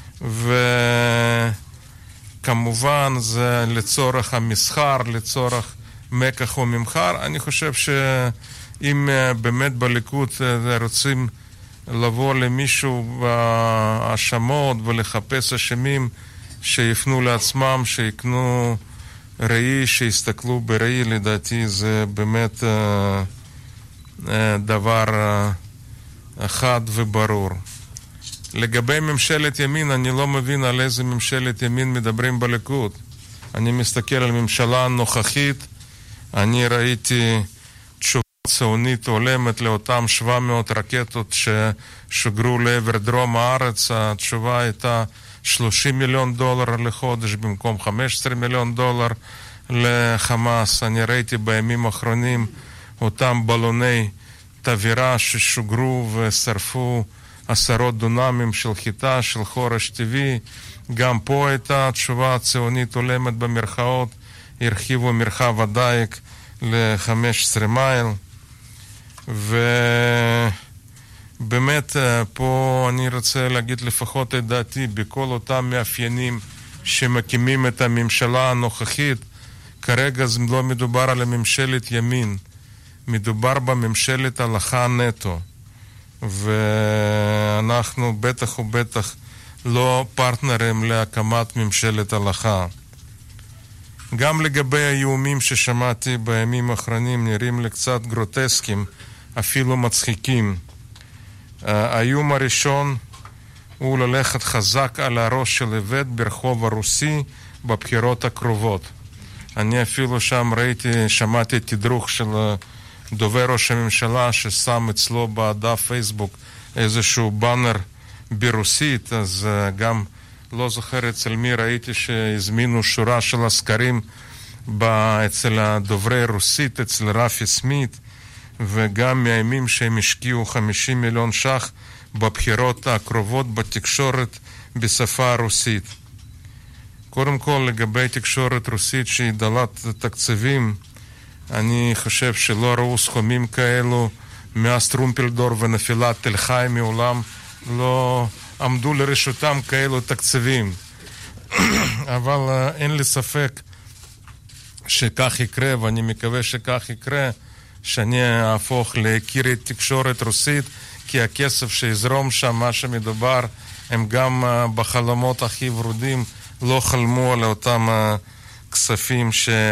וכמובן זה לצורך המסחר, לצורך מקח וממחר. אני חושב שאם באמת בליכוד רוצים לבוא למישהו בהאשמות ולחפש אשמים, שיפנו לעצמם, שיקנו ראי, שיסתכלו בראי, לדעתי זה באמת דבר חד וברור. לגבי ממשלת ימין, אני לא מבין על איזה ממשלת ימין מדברים בליכוד. אני מסתכל על הממשלה הנוכחית, אני ראיתי תשובה ציונית הולמת לאותם 700 רקטות ששוגרו לעבר דרום הארץ. התשובה הייתה $30 מיליון לחודש במקום $15 מיליון לחמאס. אני ראיתי בימים האחרונים אותם בלוני תבירה ששוגרו ושרפו עשרות דונמים של חיטה, של חורש טבעי. גם פה הייתה תשובה ציונית הולמת במרכאות, הרחיבו מרחב הדייג ל-15 מייל. ובאמת פה אני רוצה להגיד לפחות את דעתי, בכל אותם מאפיינים שמקימים את הממשלה הנוכחית, כרגע זה לא מדובר על ממשלת ימין, מדובר בממשלת הלכה נטו, ואנחנו בטח ובטח לא פרטנרים להקמת ממשלת הלכה. גם לגבי האיומים ששמעתי בימים האחרונים נראים לי קצת גרוטסקיים, אפילו מצחיקים. האיום הראשון הוא ללכת חזק על הראש של עובד ברחוב הרוסי בבחירות הקרובות. אני אפילו שם שמעתי תדרוך של דובר ראש הממשלה ששם אצלו בדף פייסבוק איזשהו באנר ברוסית, אז גם לא זוכר אצל מי ראיתי שהזמינו שורה של הסקרים אצל הדוברי רוסית, אצל רפי סמית, וגם מהימים שהם השקיעו 50 מיליון ש"ח בבחירות הקרובות בתקשורת בשפה הרוסית. קודם כל לגבי תקשורת רוסית שהיא דלת תקציבים, אני חושב שלא ראו סכומים כאלו מאז טרומפלדור ונפילת תל חי, מעולם לא עמדו לרשותם כאלו תקציבים. אבל אין לי ספק שכך יקרה, ואני מקווה שכך יקרה, שאני אהפוך להכיר את תקשורת רוסית, כי הכסף שיזרום שם, מה שמדובר, הם גם בחלומות הכי ורודים לא חלמו על אותם כספים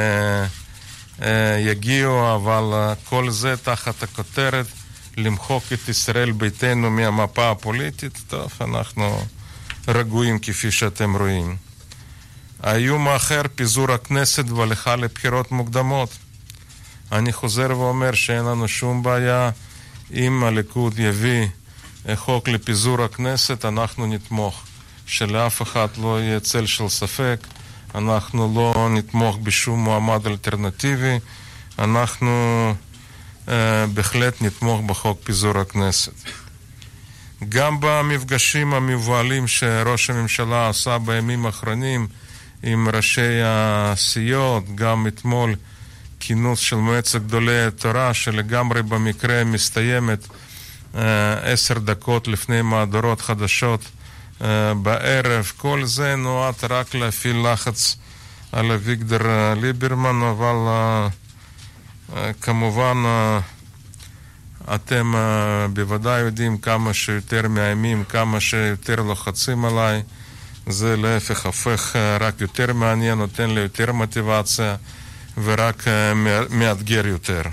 שיגיעו, אבל כל זה תחת הכותרת למחוק את ישראל ביתנו מהמפה הפוליטית. טוב, אנחנו רגועים כפי שאתם רואים. האיום האחר, פיזור הכנסת והליכה לבחירות מוקדמות. אני חוזר ואומר שאין לנו שום בעיה, אם הליכוד יביא חוק לפיזור הכנסת, אנחנו נתמוך. שלאף אחד לא יהיה צל של ספק, אנחנו לא נתמוך בשום מועמד אלטרנטיבי, אנחנו בהחלט נתמוך בחוק פיזור הכנסת. גם במפגשים המבועלים שראש הממשלה עשה בימים האחרונים עם ראשי הסיעות, גם אתמול כינוס של מועצת גדולי התורה שלגמרי במקרה מסתיימת 10 דקות לפני מהדורות חדשות בערב, כל זה נועד רק להפעיל לחץ על אביגדור ליברמן, אבל כמובן אתם בוודאי יודעים כמה שיותר מאיימים, כמה שיותר לוחצים עליי, זה להפך הופך רק יותר מעניין, נותן לי יותר מוטיבציה ורק מאתגר יותר.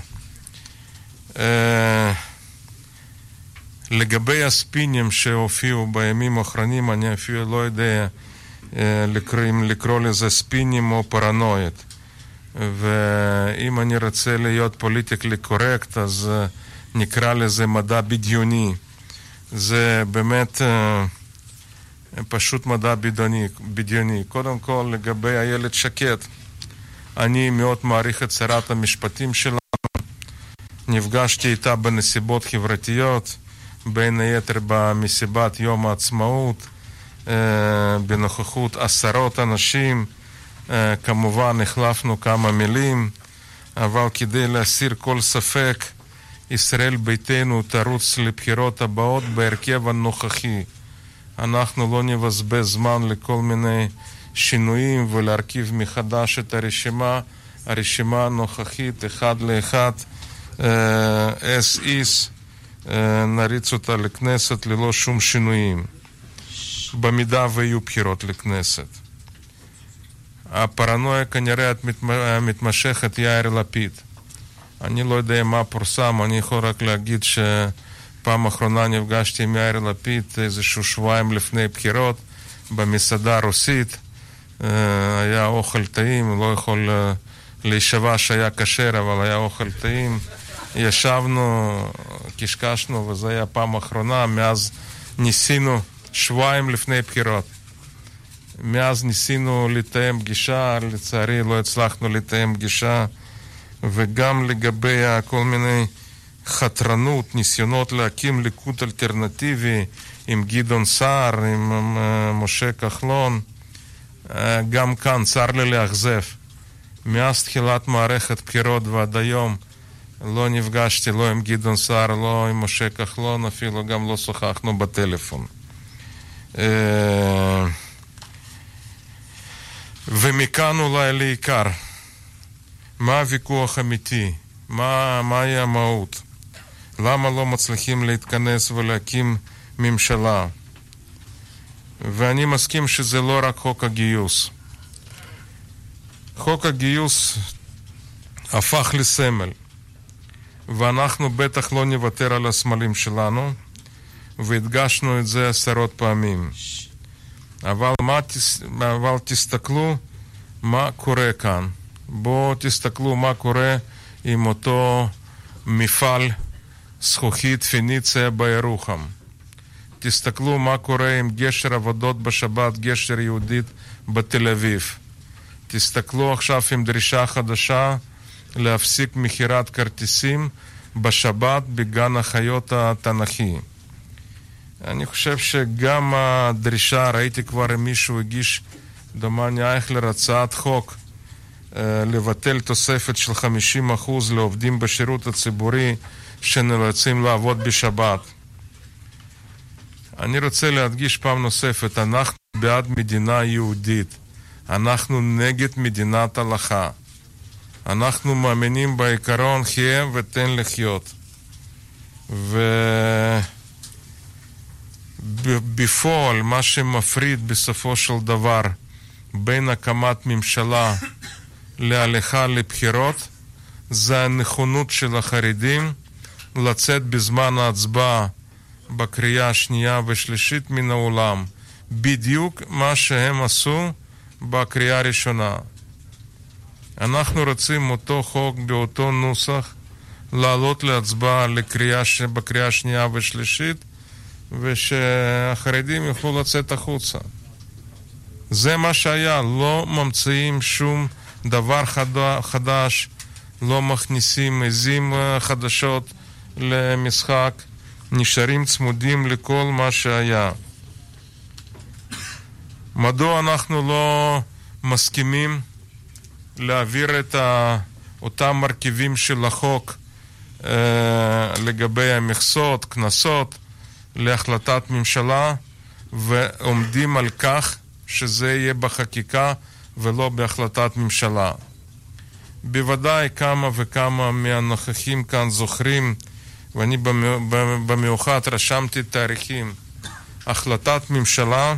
לגבי הספינים שהופיעו בימים האחרונים, אני אפילו לא יודע לקרוא לזה ספינים או פרנואיד. ואם אני רוצה להיות פוליטיקלי קורקט, אז נקרא לזה מדע בדיוני. זה באמת פשוט מדע בדיוני. קודם כל לגבי איילת שקד, אני מאוד מעריך את שרת המשפטים שלנו, נפגשתי איתה בנסיבות חברתיות, בין היתר במסיבת יום העצמאות, בנוכחות עשרות אנשים, כמובן החלפנו כמה מילים, אבל כדי להסיר כל ספק, ישראל ביתנו תרוץ לבחירות הבאות בהרכב הנוכחי. אנחנו לא נבזבז זמן לכל מיני שינויים ולהרכיב מחדש את הרשימה. הרשימה הנוכחית אחד לאחד as is, נריץ אותה לכנסת ללא שום שינויים במידה ויהיו בחירות לכנסת. הפרנויה כנראה מתמשכת יאיר לפיד. אני לא יודע מה פורסם, אני יכול רק להגיד פעם אחרונה נפגשתי עם יאיר לפיד איזשהו שבועיים לפני בחירות במסעדה רוסית. היה אוכל טעים, לא יכול להישבע שהיה כשר, אבל היה אוכל טעים. ישבנו, קשקשנו, וזה היה פעם אחרונה. מאז ניסינו, שבועיים לפני בחירות, מאז ניסינו לתאם פגישה, לצערי לא הצלחנו לתאם פגישה. וגם לגבי כל מיני חתרנות, ניסיונות להקים ליכוד אלטרנטיבי עם גדעון סער, עם משה כחלון, גם כאן צר לי לאכזב. מאז תחילת מערכת בחירות ועד היום לא נפגשתי לא עם גדעון סער, לא עם משה כחלון, אפילו גם לא שוחחנו בטלפון. ומכאן אולי לעיקר, מה הוויכוח האמיתי? מהי המהות? למה לא מצליחים להתכנס ולהקים ממשלה? ואני מסכים שזה לא רק חוק הגיוס. חוק הגיוס הפך לסמל, ואנחנו בטח לא נוותר על הסמלים שלנו, והדגשנו את זה עשרות פעמים. אבל תסתכלו מה קורה כאן. בואו תסתכלו מה קורה עם אותו מפעל זכוכית פיניציה בירוחם. תסתכלו מה קורה עם גשר עבודות בשבת, גשר יהודית בתל אביב. תסתכלו עכשיו עם דרישה חדשה להפסיק מחירת כרטיסים בשבת בגן החיות התנ"כי. אני חושב שגם הדרישה, ראיתי כבר אם מישהו הגיש, דומני אייכלר, הצעת חוק לבטל תוספת של 50% לעובדים בשירות הציבורי שנאלצים לעבוד בשבת. אני רוצה להדגיש פעם נוספת, אנחנו בעד מדינה יהודית, אנחנו נגד מדינת הלכה, אנחנו מאמינים בעיקרון חיה ותן לחיות. ובפועל מה שמפריד בסופו של דבר בין הקמת ממשלה להליכה לבחירות זה הנכונות של החרדים לצאת בזמן ההצבעה בקריאה השנייה ושלישית מן העולם, בדיוק מה שהם עשו בקריאה הראשונה. אנחנו רוצים אותו חוק באותו נוסח לעלות להצבעה בקריאה השנייה ושלישית, ושהחרדים יוכלו לצאת החוצה. זה מה שהיה, לא ממציאים שום דבר חדש, לא מכניסים עזים חדשות למשחק, נשארים צמודים לכל מה שהיה. מדוע אנחנו לא מסכימים להעביר את אותם מרכיבים של החוק לגבי המכסות, כנסות, להחלטת ממשלה, ועומדים על כך שזה יהיה בחקיקה ולא בהחלטת ממשלה? בוודאי כמה וכמה מהנוכחים כאן זוכרים, ואני במיוחד רשמתי תאריכים, החלטת ממשלה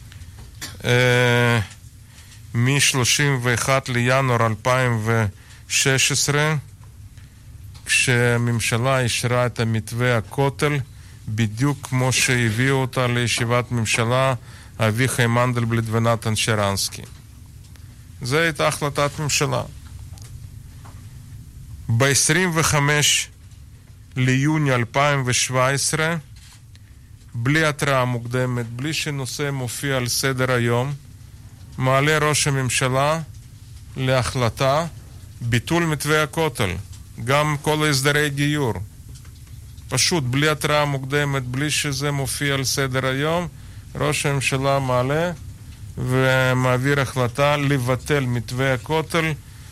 מ-31 לינואר 2016, כשהממשלה אישרה את המתווה הכותל, בדיוק כמו שהביאו אותה לישיבת ממשלה אביחי מנדלבליט ונתן שרנסקי. זו הייתה החלטת ממשלה. ב-25 ליוני 2017, בלי התראה מוקדמת, בלי שנושא מופיע על סדר היום, מעלה ראש הממשלה להחלטה ביטול מתווה הכותל, גם כל הסדרי גיור. פשוט בלי התראה מוקדמת, בלי שזה מופיע על סדר היום, ראש הממשלה מעלה ומעביר החלטה לבטל מתווה הכותל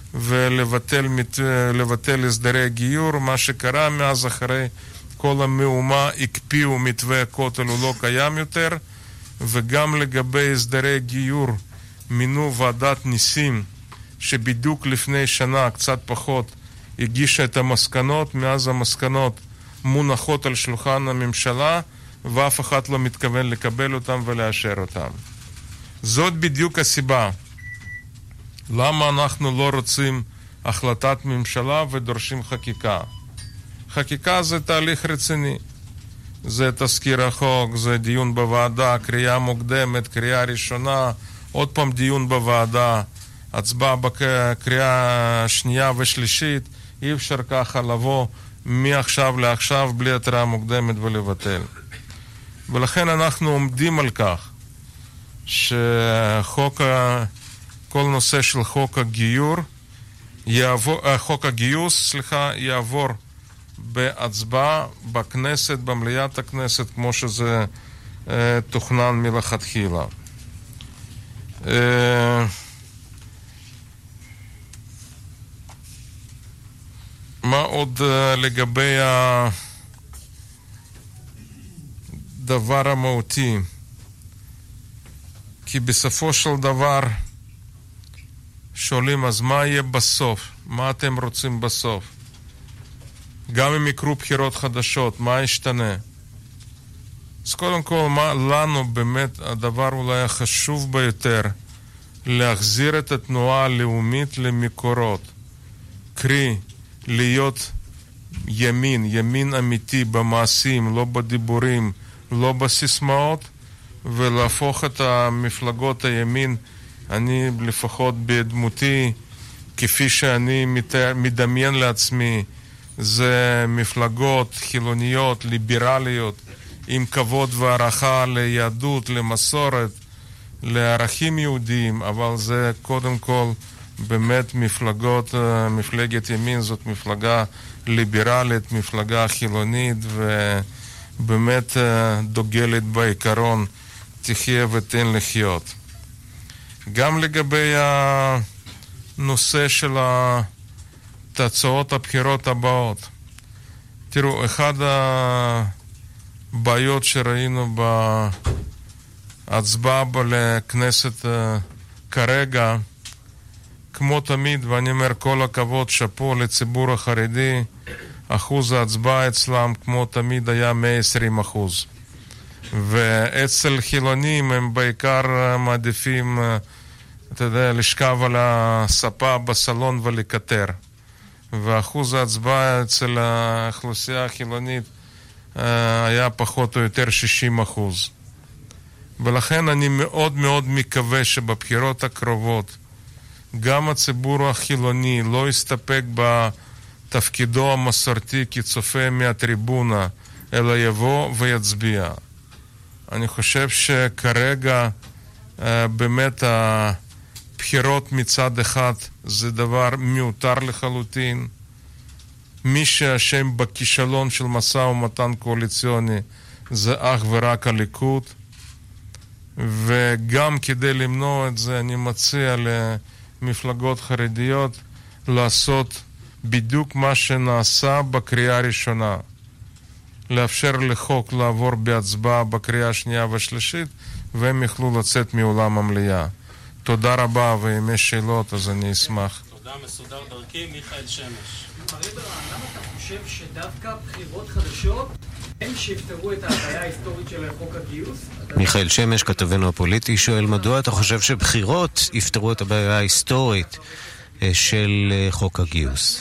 ולבטל הסדרי גיור. מה שקרה מאז, אחרי כל המהומה, הקפיאו מתווה הכותל, הוא לא קיים יותר. וגם לגבי הסדרי גיור מינו ועדת ניסים, שבדיוק לפני שנה, קצת פחות, הגישה את המסקנות. מאז המסקנות מונחות על שולחן הממשלה, ואף אחד לא מתכוון לקבל אותם ולאשר אותם. זאת בדיוק הסיבה למה אנחנו לא רוצים החלטת ממשלה ודורשים חקיקה. חקיקה זה תהליך רציני. זה תזכיר החוק, זה דיון בוועדה, קריאה מוקדמת, קריאה ראשונה, עוד פעם דיון בוועדה, הצבעה בקריאה שנייה ושלישית. אי אפשר ככה לבוא מעכשיו לעכשיו בלי התראה מוקדמת ולבטל. ולכן אנחנו עומדים על כך כל נושא של חוק הגיוס יעבור בהצבעה בכנסת, במליאת הכנסת, כמו שזה תוכנן מלכתחילה. מה עוד לגבי הדבר המהותי? כי בסופו של דבר שואלים, אז מה יהיה בסוף? מה אתם רוצים בסוף? גם אם יקרו בחירות חדשות, מה ישתנה? אז קודם כל, לנו באמת הדבר אולי החשוב ביותר, להחזיר את התנועה הלאומית למקורות. קרי, להיות ימין אמיתי במעשים, לא בדיבורים, לא בסיסמאות, ולהפוך את המפלגות הימין, אני לפחות בדמותי, כפי שאני מדמיין לעצמי, זה מפלגות חילוניות, ליברליות, עם כבוד והערכה ליהדות, למסורת, לערכים יהודיים, אבל זה קודם כל באמת מפלגת ימין זאת מפלגה ליברלית, מפלגה חילונית, ובאמת דוגלת בעיקרון תחיה ותן לחיות. גם לגבי הנושא של תוצאות הבחירות הבאות. תראו, אחד הבעיות שראינו בהצבעה לכנסת כרגע, כמו תמיד, ואני אומר כל הכבוד, שפו לציבור החרדי, אחוז ההצבעה אצלם כמו תמיד היה 120%. ואצל חילונים הם בעיקר מעדיפים, אתה יודע, לשכב על הספה בסלון ולקטר. ואחוז ההצבעה אצל האוכלוסייה החילונית היה פחות או יותר 60%. ולכן אני מאוד מאוד מקווה שבבחירות הקרובות גם הציבור החילוני לא יסתפק בתפקידו המסורתי כצופה מהטריבונה, אלא יבוא ויצביע. אני חושב שכרגע באמת הבחירות מצד אחד זה דבר מיותר לחלוטין. מי שאשם בכישלון של משא ומתן קואליציוני זה אך ורק הליכוד, וגם כדי למנוע את זה אני מציע למפלגות חרדיות לעשות בדיוק מה שנעשה בקריאה הראשונה, לאפשר לחוק לעבור בהצבעה בקריאה השנייה והשלישית, והם יוכלו לצאת מאולם המליאה. תודה רבה, ואם יש שאלות אז אני אשמח. תודה, מסודר דרכי, מיכאל שמש. מר ליברמן, למה אתה חושב שדווקא בחירות חדשות הם שיפתרו את הבעיה ההיסטורית של חוק הגיוס? מיכאל שמש, כתבנו הפוליטי, שואל מדוע אתה חושב שבחירות יפתרו את הבעיה ההיסטורית של חוק הגיוס?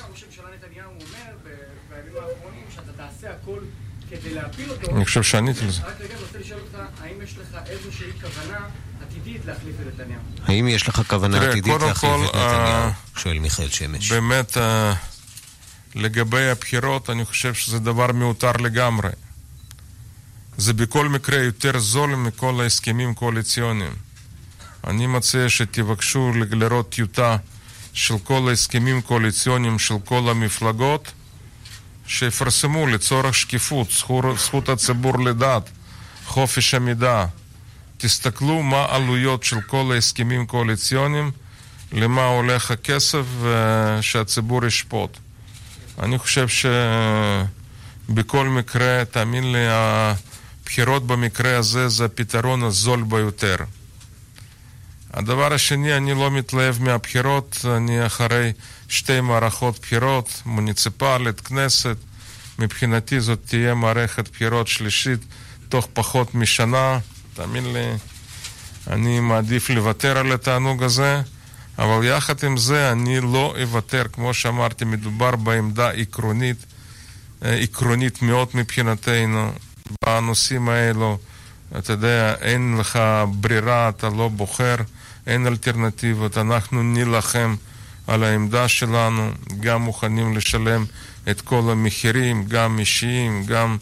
אני חושב שעניתי לזה. רק רגע, אני רוצה לשאול אותך, האם יש לך איזושהי כוונה עתידית להחליף את נתניהו? האם יש לך כוונה עתידית להחליף את נתניהו? שואל מיכאל שמש. באמת, לגבי הבחירות, אני חושב שזה דבר מיותר לגמרי. זה בכל מקרה יותר זול מכל ההסכמים קואליציוניים. אני מציע שתבקשו לראות טיוטה של כל ההסכמים קואליציוניים של כל המפלגות, שיפרסמו לצורך שקיפות, זכות הציבור לדעת, חופש המידע. תסתכלו מה העלויות של כל ההסכמים קואליציוניים, למה הולך הכסף, שהציבור ישפוט. אני חושב שבכל מקרה, תאמין לי, הבחירות במקרה הזה זה הפתרון הזול ביותר. הדבר השני, אני לא מתלהב מהבחירות, אני אחרי 2 מערכות בחירות, מוניציפלית, כנסת, מבחינתי זאת תהיה מערכת בחירות שלישית תוך פחות משנה, תאמין לי, אני מעדיף לוותר על התענוג הזה, אבל יחד עם זה אני לא אוותר, כמו שאמרתי, מדובר בעמדה עקרונית מאוד מבחינתנו, בנושאים האלו, אתה יודע, אין לך ברירה, אתה לא בוחר, אין אלטרנטיבות, אנחנו נלחם על העמדה שלנו, גם מוכנים לשלם את כל המחירים, גם אישיים, גם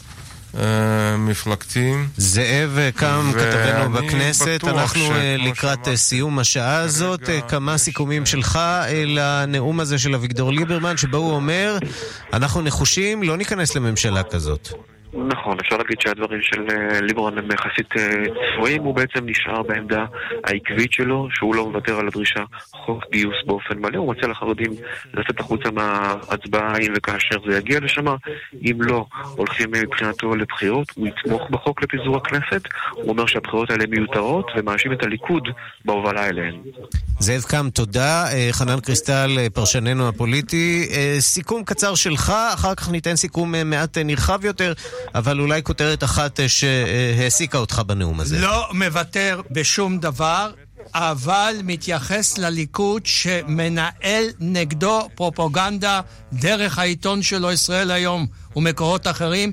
מפלגתיים. זאב קם, כתבנו בכנסת, אנחנו לקראת סיום השעה הזאת. כמה סיכומים שלך לנאום הזה של אביגדור ליברמן, שבו הוא אומר, אנחנו נחושים, לא ניכנס לממשלה כזאת. נכון, אפשר להגיד שהדברים של ליברמן הם יחסית צבועים. הוא בעצם נשאר בעמדה העקבית שלו, שהוא לא מוותר על הדרישה חוק גיוס באופן מלא. הוא מציע לחרדים לצאת החוצה מההצבעה אם וכאשר זה יגיע לשם. אם לא הולכים מבחינתו לבחירות, הוא יתמוך בחוק לפיזור הכנסת. הוא אומר שהבחירות האלה מיותרות ומאשים את הליכוד בהובלה אליהן. זאב קם, תודה. חנן קריסטל, פרשננו הפוליטי, סיכום קצר שלך, אחר כך ניתן סיכום מעט נרחב יותר, אבל אולי כותרת אחת שהעסיקה אותך בנאום הזה. לא מוותר בשום דבר, אבל מתייחס לליכוד שמנהל נגדו פרופוגנדה דרך העיתון שלו ישראל היום ומקורות אחרים,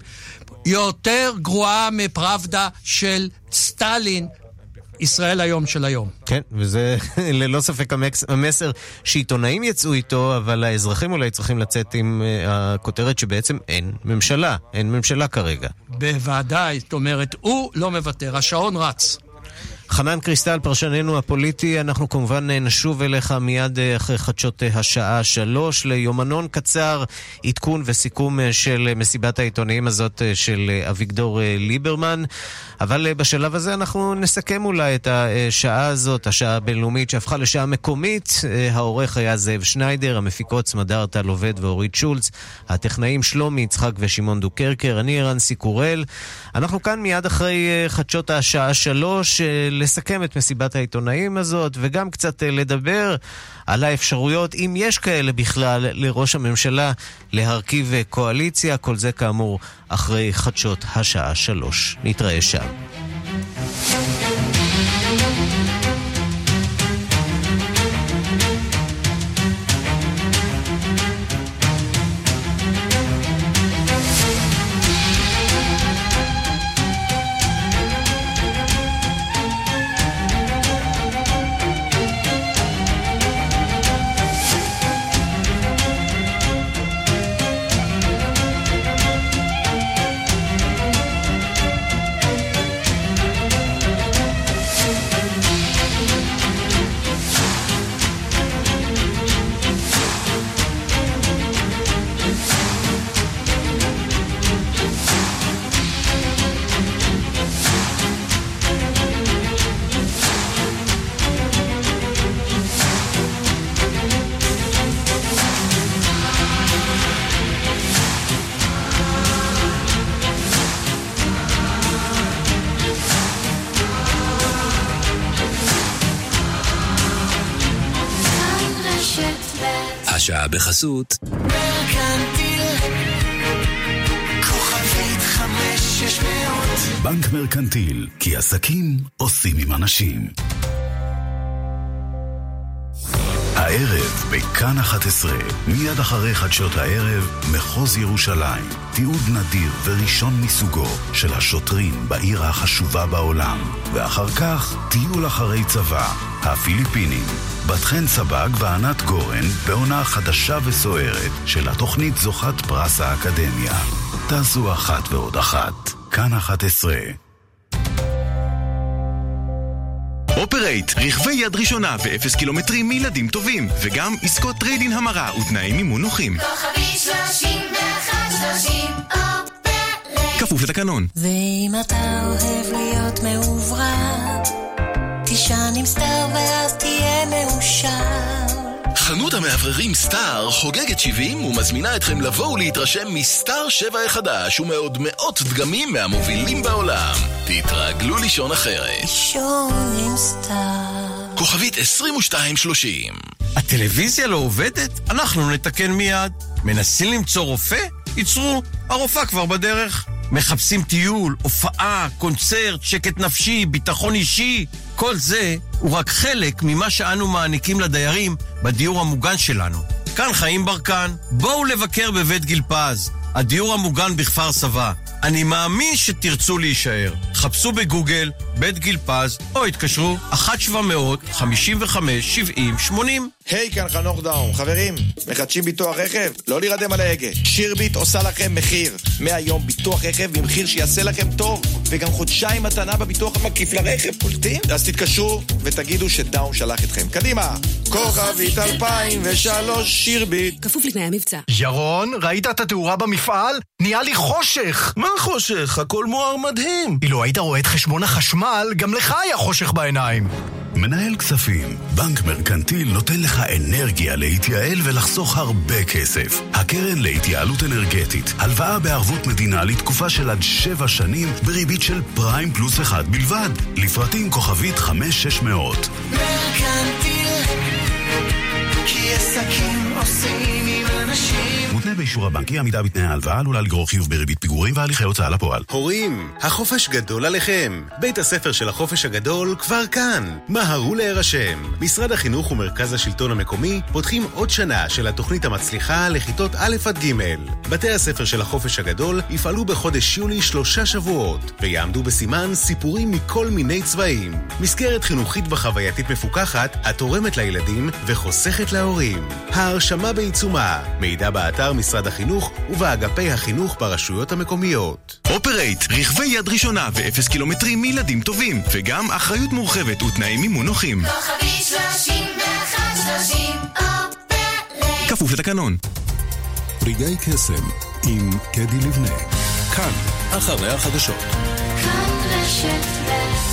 יותר גרועה מפראבדה של סטלין, ישראל היום של היום. כן, וזה ללא ספק המסר שעיתונאים יצאו איתו, אבל האזרחים אולי צריכים לצאת עם הכותרת שבעצם אין ממשלה, אין ממשלה כרגע. בוודאי, זאת אומרת, הוא לא מוותר, השעון רץ. חנן קריסטל, פרשננו הפוליטי, אנחנו כמובן נשוב אליך מיד אחרי חדשות השעה 3 ליומנון קצר, עדכון וסיכום של מסיבת העיתונאים הזאת של אביגדור ליברמן. אבל בשלב הזה אנחנו נסכם אולי את השעה הזאת, השעה הבינלאומית שהפכה לשעה מקומית. העורך היה זאב שניידר, המפיקות סמדר טל עובד ואורית שולץ, הטכנאים שלומי יצחק ושמעון דוקרקר, אני ערן סיקורל. אנחנו כאן מיד אחרי חדשות השעה 3 לסכם את מסיבת העיתונאים הזאת וגם קצת לדבר על האפשרויות, אם יש כאלה בכלל, לראש הממשלה להרכיב קואליציה. כל זה כאמור אחרי חדשות השעה 3. נתראה שם. השעה בחסות מרקנטיל כוכבית 5600 בנק מרקנטיל, כי עסקים עושים עם אנשים. הערב בכאן 11, מיד אחרי חדשות הערב, מחוז ירושלים, תיעוד נדיר וראשון מסוגו של השוטרים בעיר החשובה בעולם, ואחר כך טיול אחרי צבא, הפיליפינים. בת חן סבג וענת גורן בעונה חדשה וסוערת של התוכנית זוכת פרס האקדמיה. תעשו אחת ועוד אחת. כאן 11. אופרייט, רכבי יד ראשונה ו0 קילומטרים מילדים טובים, וגם עסקות טריידין המרה ותנאים מימון נוחים. כוכבי 3130 אופרייט. כפוף לתקנון. ואם אתה אוהב להיות מעוברת, תישן עם סטאר ואז תהיה מאושר. חנות המאווררים סטאר חוגגת 70 ומזמינה אתכם לבוא ולהתרשם מסטאר 7 החדש ומעוד מאות דגמים מהמובילים בעולם. תתרגלו לישון אחרת. לישון עם סטאר. כוכבית 2230. הטלוויזיה לא עובדת? אנחנו נתקן מיד. מנסים למצוא רופא? ייצרו, הרופאה כבר בדרך. מחפשים טיול, הופעה, קונצרט, שקט נפשי, ביטחון אישי. כל זה הוא רק חלק ממה שאנו מעניקים לדיירים בדיור המוגן שלנו. כאן חיים ברקן, בואו לבקר בבית גיל פז, הדיור המוגן בכפר סבא. אני מאמין שתרצו להישאר. חפשו בגוגל בית גיל פז, או התקשרו 1-700-55-70-80. היי, כאן חנוך דאום. חברים, מחדשים ביטוח רכב? לא להירדם על ההגה. שירביט עושה לכם מחיר. מהיום ביטוח רכב במחיר שיעשה לכם טוב. וגם חודשיים מתנה בביטוח המקיף לרכב. קולטים? אז תתקשרו ותגידו שדאום שלח אתכם. קדימה! כוכבית 2003 שירביט. כפוף לתנאי המבצע. ירון, ראית את התאורה במפעל? נהיה לי חושך. מה חושך? הכל מואר מדהים. אילו היית רואה את חשבון החשמל, גם לך היה חושך בעיניים. מנהל כספים, בנק מרקנטיל נותן לך אנרגיה להתייעל ולחסוך הרבה כסף. הקרן להתייעלות אנרגטית, הלוואה בערבות מדינה לתקופה של עד 7 שנים בריבית של פריים פלוס 1 בלבד. לפרטים כוכבית 5600. מרקנטיל, כי עסקים עושים עם אנשים. מותנה באישור הבנקי, עמידה בתנאי ההלוואה עלולה לגרור חיוב בריבית פיגורים והליכי הוצאה לפועל. הורים, החופש גדול עליכם. בית הספר של החופש הגדול כבר כאן. מהרו להירשם. משרד החינוך ומרכז השלטון המקומי פותחים עוד שנה של התוכנית המצליחה לכיתות א' עד ג'. בתי הספר של החופש הגדול יפעלו בחודש יולי 3 שבועות, ויעמדו בסימן סיפורים מכל מיני צבעים. מסגרת חינוכית וחווייתית מפוקחת, התורמת לילדים וחוסכת להורים. ההרשמה בעיצומה. מידע באתר משרד החינוך ובאגפי החינוך ברשויות המקומיות. אופרייט, רכבי יד ראשונה ו0 קילומטרים מילדים טובים, וגם אחריות מורחבת ותנאי מימון נוחים. כוכבית 3130 אופרייט. כפוף לתקנון. רגעי קסם עם קדי לבנה. כאן, אחרי החדשות. כאן רשת ב'.